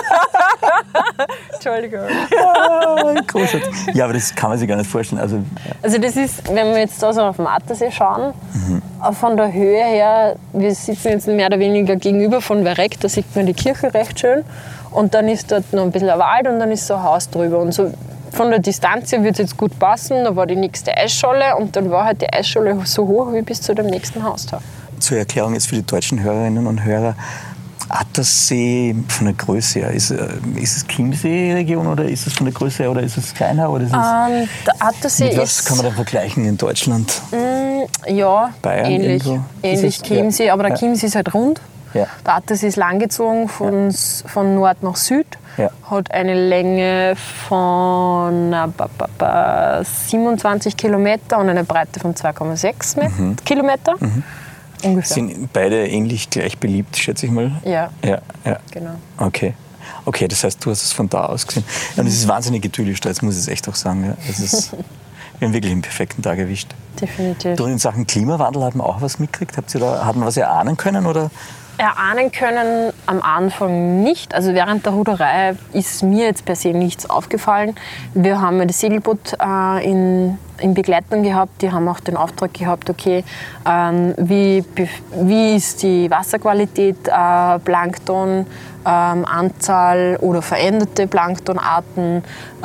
Entschuldigung. Großartig. Ja, aber das kann man sich gar nicht vorstellen. Also das ist, wenn wir jetzt da so auf den Attersee schauen, von der Höhe her, wir sitzen jetzt mehr oder weniger gegenüber von Verreck, da sieht man die Kirche recht schön. Und dann ist dort noch ein bisschen ein Wald und dann ist so ein Haus drüber. Und so von der Distanz her wird es jetzt gut passen. Da war die nächste Eisscholle und dann war halt die Eisscholle so hoch wie bis zu dem nächsten Haus da. zur Erklärung jetzt für die deutschen Hörerinnen und Hörer. Attersee von der Größe her, ist es Chiemsee-Region oder ist es von der Größe her oder ist es kleiner? Oder ist es, der Attersee mit was kann man da vergleichen in Deutschland? Ja, Bayern ähnlich irgendwo? Chiemsee, aber der Chiemsee ist halt rund. Ja. Der Attersee ist langgezogen von Nord nach Süd, hat eine Länge von 27 Kilometer und eine Breite von 2,6 Kilometer. Ungefähr. Sind beide ähnlich gleich beliebt, schätze ich mal? Ja. Ja. Genau. Okay, das heißt, du hast es von da aus gesehen. Ja, und es ist wahnsinnig idyllisch da, jetzt muss ich es echt auch sagen. Ja. Wir haben wirklich einen perfekten Tag erwischt. Definitiv. Du, in Sachen Klimawandel hat man auch was mitgekriegt? Hat man was erahnen können? Oder? Erahnen können am Anfang nicht. Also während der Ruderei ist mir jetzt per se nichts aufgefallen. Wir haben das Segelboot in Begleitung gehabt. Die haben auch den Auftrag gehabt, okay, wie ist die Wasserqualität, Plankton, Anzahl oder veränderte Planktonarten,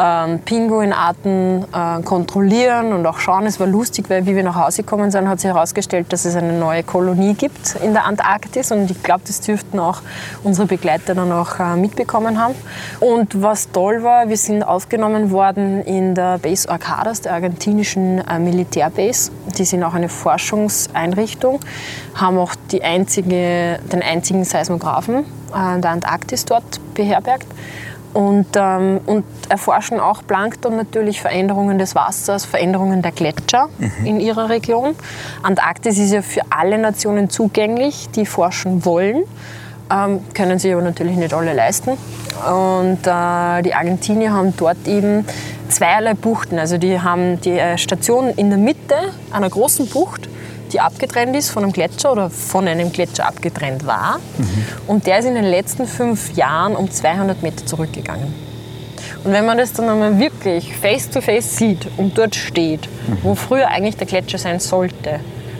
Pinguinarten kontrollieren und auch schauen. Es war lustig, weil wie wir nach Hause gekommen sind, hat sich herausgestellt, dass es eine neue Kolonie gibt in der Antarktis und ich glaube, das dürften auch unsere Begleiter dann auch mitbekommen haben. Und was toll war, wir sind aufgenommen worden in der Base Orcadas, der argentinischen Militärbase. Die sind auch eine Forschungseinrichtung, haben auch den einzigen Seismographen der Antarktis dort beherbergt und erforschen auch Plankton natürlich, Veränderungen des Wassers, Veränderungen der Gletscher in ihrer Region. Antarktis ist ja für alle Nationen zugänglich, die forschen wollen, können sich aber natürlich nicht alle leisten. Und die Argentinier haben dort eben zweierlei Buchten. Also die haben die Station in der Mitte einer großen Bucht, die abgetrennt ist von einem Gletscher oder von einem Gletscher abgetrennt war. Und der ist in den letzten 5 Jahren um 200 Meter zurückgegangen. Und wenn man das dann einmal wirklich face to face sieht und dort steht, wo früher eigentlich der Gletscher sein sollte,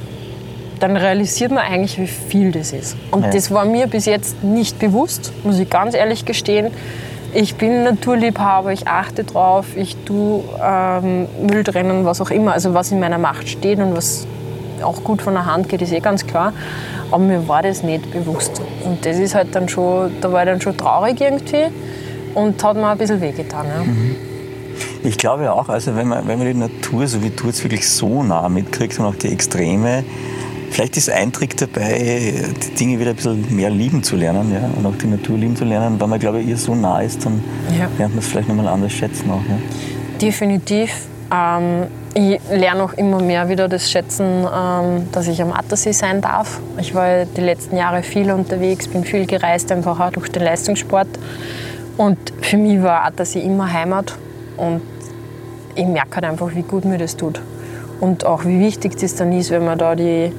dann realisiert man eigentlich, wie viel das ist. Und das war mir bis jetzt nicht bewusst, muss ich ganz ehrlich gestehen. Ich bin Naturliebhaber, ich achte drauf, ich tue Müll trennen, was auch immer, also was in meiner Macht steht und was auch gut von der Hand geht, ist ganz klar. Aber mir war das nicht bewusst. Und das ist halt dann schon, da war ich dann schon traurig irgendwie und hat mir ein bisschen wehgetan. Ja. Ich glaube auch, also wenn man die Natur, so wie du jetzt wirklich so nah mitkriegst und auch die Extreme, vielleicht ist ein Trick dabei, die Dinge wieder ein bisschen mehr lieben zu lernen, ja, und auch die Natur lieben zu lernen. Wenn man, glaube ich, ihr so nah ist, dann lernt man es vielleicht nochmal anders schätzen auch. Ja. Definitiv. Ich lerne auch immer mehr wieder das Schätzen, dass ich am Attersee sein darf. Ich war die letzten Jahre viel unterwegs, bin viel gereist, einfach auch durch den Leistungssport. Und für mich war Attersee immer Heimat. Und ich merke halt einfach, wie gut mir das tut. Und auch wie wichtig das dann ist, wenn man da die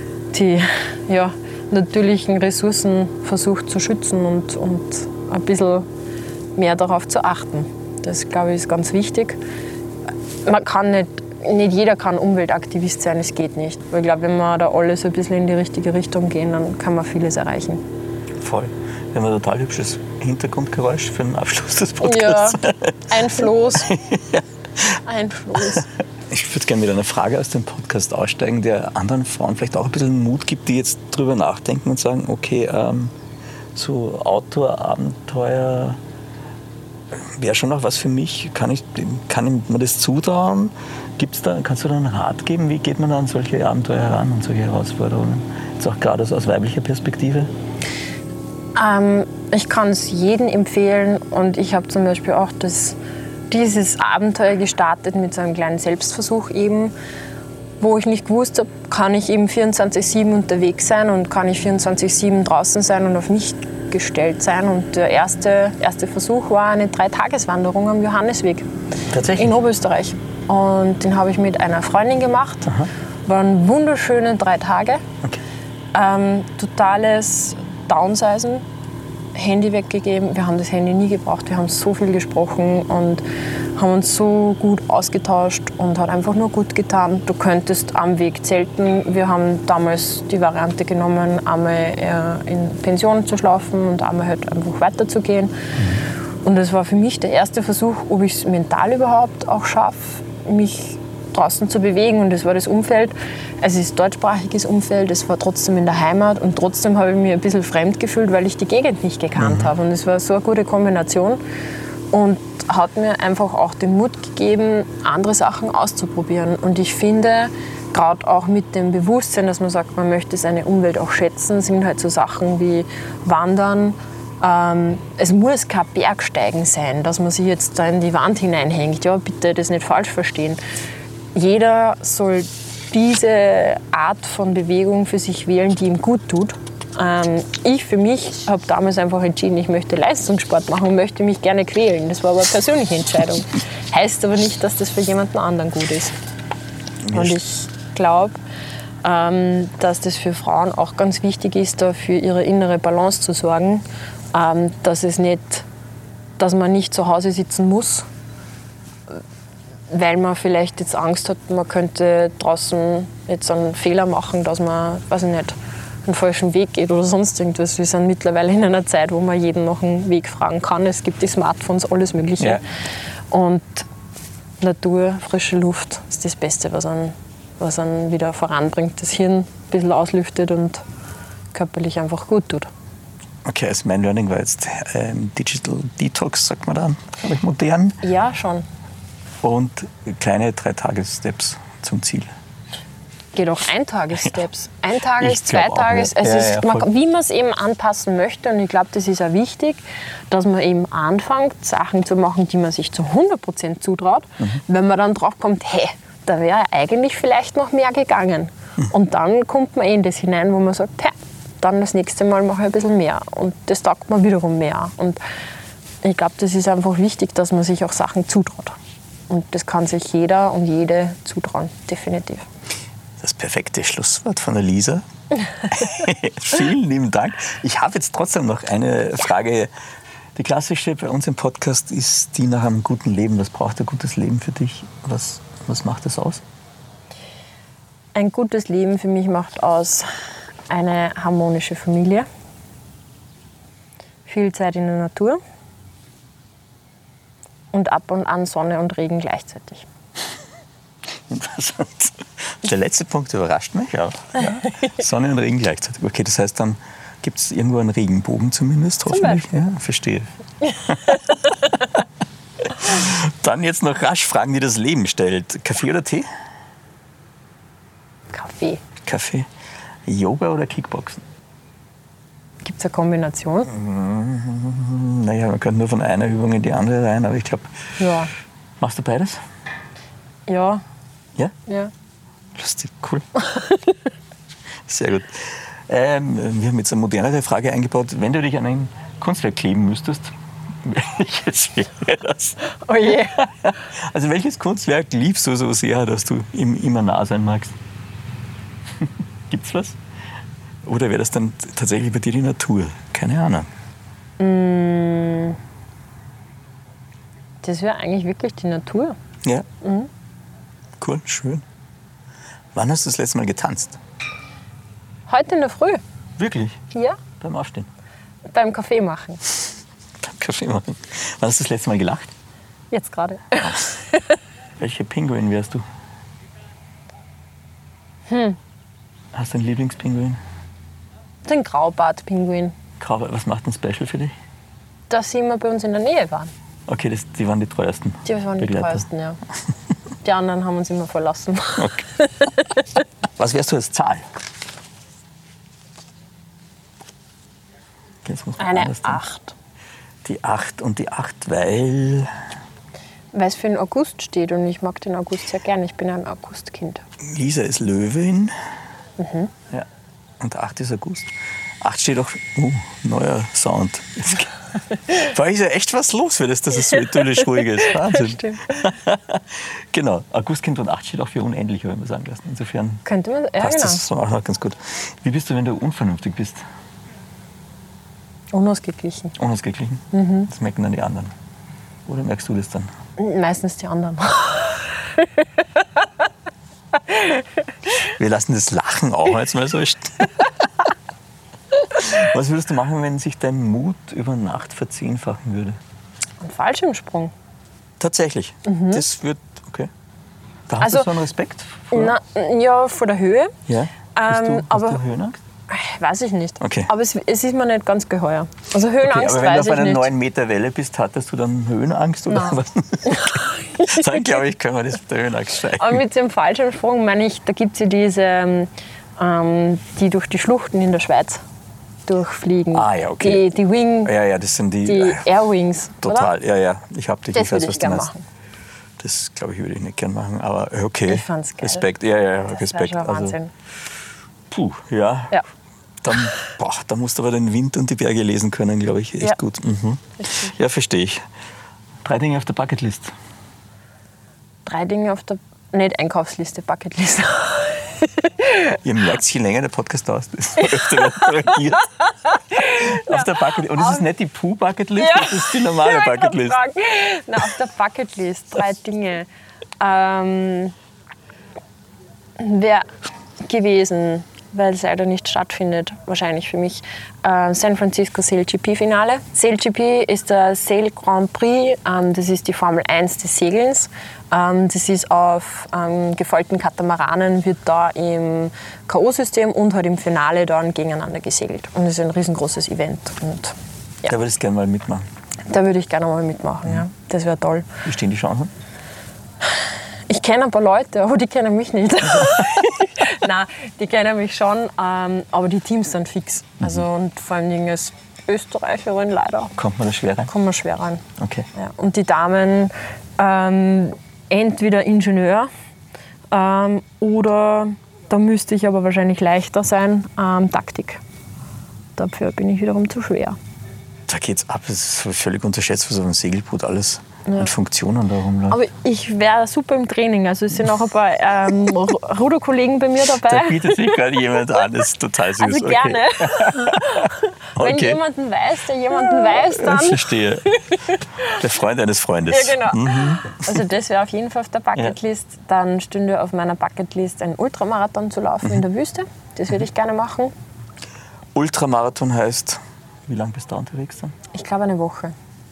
natürlichen Ressourcen versucht zu schützen und ein bisschen mehr darauf zu achten. Das, glaube ich, ist ganz wichtig. Man kann nicht jeder kann Umweltaktivist sein, es geht nicht. Weil ich glaube, wenn wir da alle so ein bisschen in die richtige Richtung gehen, dann kann man vieles erreichen. Voll. Wir haben ein total hübsches Hintergrundgeräusch für den Abschluss des Podcasts. Ja, ein Floß. Ein Floß. Ich würde gerne mit einer Frage aus dem Podcast aussteigen, der anderen Frauen vielleicht auch ein bisschen Mut gibt, die jetzt drüber nachdenken und sagen, okay, so Outdoor-Abenteuer wäre schon noch was für mich. Kann ich mir das zutrauen? Kannst du da einen Rat geben? Wie geht man da an solche Abenteuer heran und solche Herausforderungen? Jetzt auch gerade so aus weiblicher Perspektive? Ich kann es jedem empfehlen und ich habe zum Beispiel auch dieses Abenteuer gestartet mit so einem kleinen Selbstversuch eben, wo ich nicht gewusst habe, kann ich eben 24/7 unterwegs sein und kann ich 24/7 draußen sein und auf mich gestellt sein. Und der erste Versuch war eine 3-Tageswanderung am Johannesweg. Tatsächlich? In Oberösterreich. Und den habe ich mit einer Freundin gemacht. Aha. Waren wunderschöne 3 Tage. Okay. Totales Downsizen. Handy weggegeben. Wir haben das Handy nie gebraucht. Wir haben so viel gesprochen und haben uns so gut ausgetauscht und hat einfach nur gut getan. Du könntest am Weg zelten. Wir haben damals die Variante genommen, einmal in Pension zu schlafen und einmal halt einfach weiterzugehen. Und das war für mich der erste Versuch, ob ich es mental überhaupt auch schaffe, mich draußen zu bewegen. Und das war das Umfeld. Es ist ein deutschsprachiges Umfeld, es war trotzdem in der Heimat und trotzdem habe ich mich ein bisschen fremd gefühlt, weil ich die Gegend nicht gekannt habe. Und es war so eine gute Kombination und hat mir einfach auch den Mut gegeben, andere Sachen auszuprobieren. Und ich finde, gerade auch mit dem Bewusstsein, dass man sagt, man möchte seine Umwelt auch schätzen, sind halt so Sachen wie Wandern. Es muss kein Bergsteigen sein, dass man sich jetzt da in die Wand hineinhängt. Ja, bitte das nicht falsch verstehen. Jeder soll diese Art von Bewegung für sich wählen, die ihm gut tut. Ich für mich habe damals einfach entschieden, ich möchte Leistungssport machen und möchte mich gerne quälen. Das war aber eine persönliche Entscheidung. Heißt aber nicht, dass das für jemanden anderen gut ist. Und ich glaube, dass das für Frauen auch ganz wichtig ist, da für ihre innere Balance zu sorgen, dass man nicht zu Hause sitzen muss, weil man vielleicht jetzt Angst hat, man könnte draußen jetzt einen Fehler machen, dass man, weiß ich nicht, einen falschen Weg geht oder sonst irgendwas. Wir sind mittlerweile in einer Zeit, wo man jeden nach einem Weg fragen kann. Es gibt die Smartphones, alles Mögliche. Ja. Und Natur, frische Luft ist das Beste, was einen wieder voranbringt, das Hirn ein bisschen auslüftet und körperlich einfach gut tut. Okay, also mein Learning war jetzt Digital Detox, sagt man dann, glaube ich, modern. Ja, schon. Und kleine 3-Tages-Steps zum Ziel. Geht auch 1-Tages-Steps. 1 Tages, 2 Tages. Wie man es eben anpassen möchte. Und ich glaube, das ist auch wichtig, dass man eben anfängt, Sachen zu machen, die man sich zu 100% zutraut. Wenn man dann drauf kommt, hey, da wäre eigentlich vielleicht noch mehr gegangen. Und dann kommt man in das hinein, wo man sagt, hey, dann das nächste Mal mache ich ein bisschen mehr. Und das taugt man wiederum mehr. Und ich glaube, das ist einfach wichtig, dass man sich auch Sachen zutraut. Und das kann sich jeder und jede zutrauen, definitiv. Das perfekte Schlusswort von der Lisa. Vielen lieben Dank. Ich habe jetzt trotzdem noch eine Frage. Die klassische bei uns im Podcast ist die nach einem guten Leben. Was braucht ein gutes Leben für dich? Was macht das aus? Ein gutes Leben für mich macht aus eine harmonische Familie, viel Zeit in der Natur und ab und an Sonne und Regen gleichzeitig. Interessant. Der letzte Punkt überrascht mich auch. Ja. Sonne und Regen gleichzeitig. Okay, das heißt, dann gibt es irgendwo einen Regenbogen zumindest, hoffentlich. Ja, verstehe. Dann jetzt noch rasch Fragen, die das Leben stellt. Kaffee oder Tee? Kaffee. Kaffee. Yoga oder Kickboxen? Gibt es eine Kombination? Naja, man könnte nur von einer Übung in die andere rein, aber ich glaube, ja. Machst du beides? Ja. Ja? Ja. Lustig, cool. Sehr gut. Wir haben jetzt eine modernere Frage eingebaut. Wenn du dich an ein Kunstwerk kleben müsstest, Welches wäre das? Oh je. Also welches Kunstwerk liebst du so sehr, dass du ihm immer nah sein magst? Gibt's was? Oder wäre das dann tatsächlich bei dir die Natur? Keine Ahnung. Das wäre eigentlich wirklich die Natur. Ja? Cool, schön. Wann hast du das letzte Mal getanzt? Heute in der Früh. Wirklich? Ja, Beim Aufstehen? beim Kaffee machen. Beim Kaffee machen. Wann hast du das letzte Mal gelacht? Jetzt gerade. Welcher Pinguin wärst du? Hast du einen Lieblingspinguin? Den Graubart-Pinguin. Was macht ein Special für dich? Dass sie immer bei uns in der Nähe waren. Okay, die waren die treuesten. Die waren die Begleiter. treuesten, ja. Die anderen haben uns immer verlassen. Okay. Was wärst du als Zahl? Jetzt muss man Eine anders denken. 8. Die 8 und die 8, weil Weil es für den August steht und ich mag den August sehr gerne. Ich bin ein Augustkind. Lisa ist Löwin. Ja. Und 8 ist August. 8 steht auch, neuer Sound. Da ist ja echt was los für das, dass es so idyllisch ruhig ist. Wahnsinn. Stimmt. Genau, Augustkind und 8 steht auch für unendlich, habe ich mal sagen lassen. Insofern Könnte man, ja passt genau. das auch noch ganz gut. Wie bist du, wenn du unvernünftig bist? Unausgeglichen. Unausgeglichen? Das merken dann die anderen. Oder merkst du das dann? Meistens die anderen. Wir lassen das Lachen auch jetzt mal so. Was würdest du machen, wenn sich dein Mut über Nacht verzehnfachen würde? Ein Fallschirmsprung. Tatsächlich. Das wird, okay. Da hast Also, du so einen Respekt vor? Ja, vor der Höhe. Ja? Hast aber- du Höhenangst? Weiß ich nicht. Okay. Aber es ist mir nicht ganz geheuer. Also Okay, Höhenangst aber wenn du weiß auf ich einer nicht. 9 Meter Welle bist, hattest du dann Höhenangst? Oder Nein. was? Dann glaube ich, können wir das mit der Höhenangst steigen. Aber mit dem Fallschirmsprung meine ich, da gibt es ja diese, die durch die Schluchten in der Schweiz durchfliegen. Ah, ja, okay. Die Wing, Ja, das sind die... die Airwings. total, Oder? ja. Ich habe dich, Das ich weiß, würde was ich du gerne meinst. machen. Das, glaube ich, würde ich nicht gern machen, aber okay. Ich fand's geil. Respekt, ja, Das Respekt. wäre schon Wahnsinn. Puh, ja. Ja. Da musst du aber den Wind und die Berge lesen können, glaube ich. Echt Ja. gut. Ja, verstehe ich. 3 Dinge auf der Bucketlist. 3 Dinge auf der, nicht Einkaufsliste, Bucketliste. Ihr merkt, je länger der Podcast dauert, desto öfter wird korrigiert. Auf der Bucketlist. Und das ist nicht die Pooh-Bucketlist, das ist die normale Bucketlist. Na, auf der Bucketlist 3 Dinge. Wäre gewesen, weil es leider nicht stattfindet, wahrscheinlich für mich, San Francisco SailGP-Finale. SailGP ist der Sail Grand Prix, das ist die Formel 1 des Segelns. Das ist auf gefolgten Katamaranen, wird da im K.O.-System und halt im Finale dann gegeneinander gesegelt. Und das ist ein riesengroßes Event. Und ja, Da würdest du gerne mal mitmachen. da würde ich gerne mal mitmachen. Ja. Das wäre toll. Wie stehen die Chancen? Ich kenne ein paar Leute, aber die kennen mich nicht. Nein, die kennen mich schon, aber die Teams sind fix. Also, und vor allen Dingen als Österreicherin leider Kommt man da schwer rein? kommen wir schwer ran. Okay. Ja, und die Damen entweder Ingenieur oder, da müsste ich aber wahrscheinlich leichter sein, Taktik. Dafür bin ich wiederum zu schwer. Da geht's ab. Das ist völlig unterschätzt, was auf einem Segelboot alles an Funktionen da rumläuft. Aber ich wäre super im Training. Also es sind auch ein paar Ruderkollegen bei mir Da dabei. bietet sich gerade jemand an. Das ist total süß. Also gerne. Wenn Okay. jemanden weiß, der jemanden weiß, dann. Ich verstehe. Der Freund eines Freundes. Ja, genau. Also das wäre auf jeden Fall auf der Bucketlist. Dann stünde auf meiner Bucketlist ein Ultramarathon zu laufen in der Wüste. Das würde ich gerne machen. Ultramarathon heißt, wie lange bist du da unterwegs dann? Ich glaube eine Woche.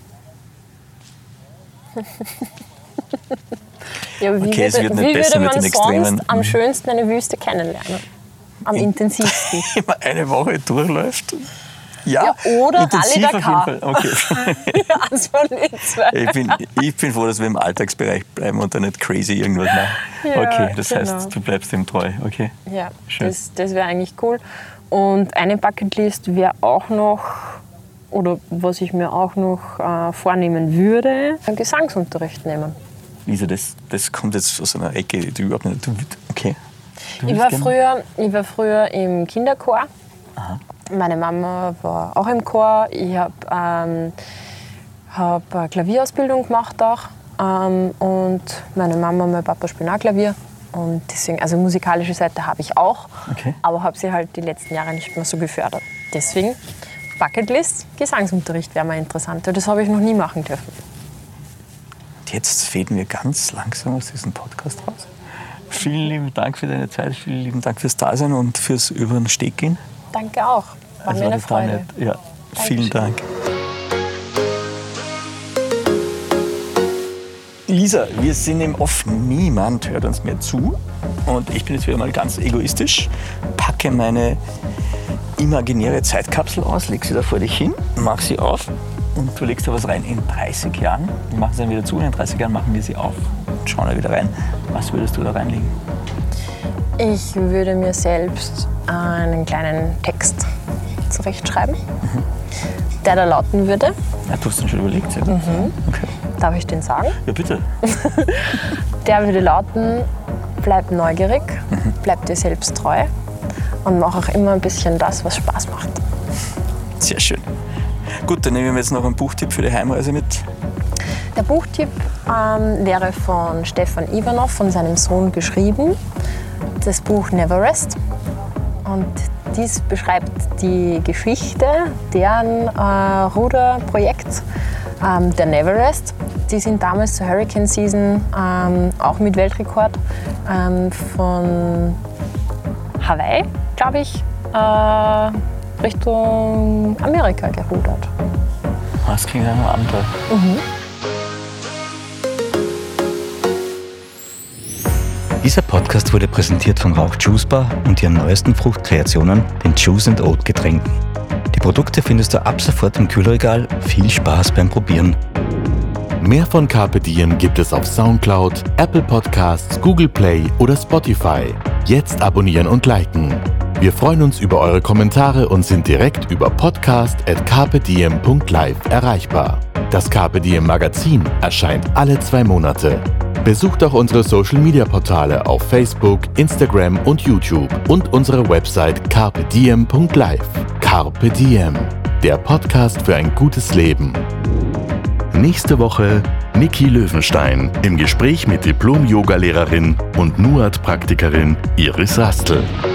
Ja, aber Okay, es wird nicht wie besser würde mit man den Extremen. sonst am schönsten eine Wüste kennenlernen? Am intensivsten. Wenn man eine Woche durchläuft? Ja, Ja, oder intensiv Rallye auf jeden Dakar. Fall. Okay. Also von den zwei. Ich bin froh, dass wir im Alltagsbereich bleiben und da nicht crazy irgendwas machen. Ja, Okay, das genau. heißt, du bleibst ihm treu. Okay. Ja, Schön. das wäre eigentlich cool. Und eine Bucketlist wäre auch noch, oder was ich mir auch noch vornehmen würde, einen Gesangsunterricht nehmen. Lisa, das kommt jetzt aus einer Ecke, die überhaupt nicht. Okay. Du Ich willst war, gerne- früher im Kinderchor. Meine Mama war auch im Chor. Ich habe habe eine Klavierausbildung gemacht auch. Und meine Mama und mein Papa spielen auch Klavier. Und deswegen, also musikalische Seite habe ich auch, aber habe sie halt die letzten Jahre nicht mehr so gefördert. Deswegen Bucketlist, Gesangsunterricht wäre mal interessant. Das habe ich noch nie machen dürfen. Jetzt fäden wir ganz langsam aus diesem Podcast raus. Vielen lieben Dank für deine Zeit, vielen lieben Dank fürs Dasein und fürs über den Steg gehen. Danke auch, war mir eine Freude. Ja, vielen Dank. Lisa, wir sind im Off, niemand hört uns mehr zu. Und ich bin jetzt wieder mal ganz egoistisch, packe meine imaginäre Zeitkapsel aus, leg sie da vor dich hin, mach sie auf und du legst da was rein. In 30 Jahren, wir machen sie dann wieder zu, in 30 Jahren machen wir sie auf und schauen da wieder rein. Was würdest du da reinlegen? Ich würde mir selbst einen kleinen Text zurechtschreiben, der da lauten würde. Ja, du hast den schon überlegt, sehr gut. Okay. Darf ich den sagen? Ja, bitte. Der würde lauten, bleib neugierig, bleib dir selbst treu und mach auch immer ein bisschen das, was Spaß macht. Sehr schön. Gut, dann nehmen wir jetzt noch einen Buchtipp für die Heimreise mit. Der Buchtipp wäre von Stefan Ivanov, von seinem Sohn geschrieben. Das Buch Neverest. Und dies beschreibt die Geschichte deren Ruderprojekts, der Neverest. Die sind damals zur Hurricane Season auch mit Weltrekord von Hawaii, glaube ich, Richtung Amerika gerudert. Das klingt nach einem Abenteuer. Dieser Podcast wurde präsentiert von Rauch Juice Bar und ihren neuesten Fruchtkreationen, den Juice & Oat Getränken. Die Produkte findest du ab sofort im Kühlregal. Viel Spaß beim Probieren. Mehr von Carpe Diem gibt es auf Soundcloud, Apple Podcasts, Google Play oder Spotify. Jetzt abonnieren und liken. Wir freuen uns über eure Kommentare und sind direkt über podcast@carpediem.live erreichbar. Das Carpe Diem Magazin erscheint alle 2 Monate. Besucht auch unsere Social-Media-Portale auf Facebook, Instagram und YouTube und unsere Website carpediem.live. Carpe Diem, der Podcast für ein gutes Leben. Nächste Woche Niki Löwenstein im Gespräch mit Diplom-Yoga-Lehrerin und NUAD-Praktikerin Iris Rastel.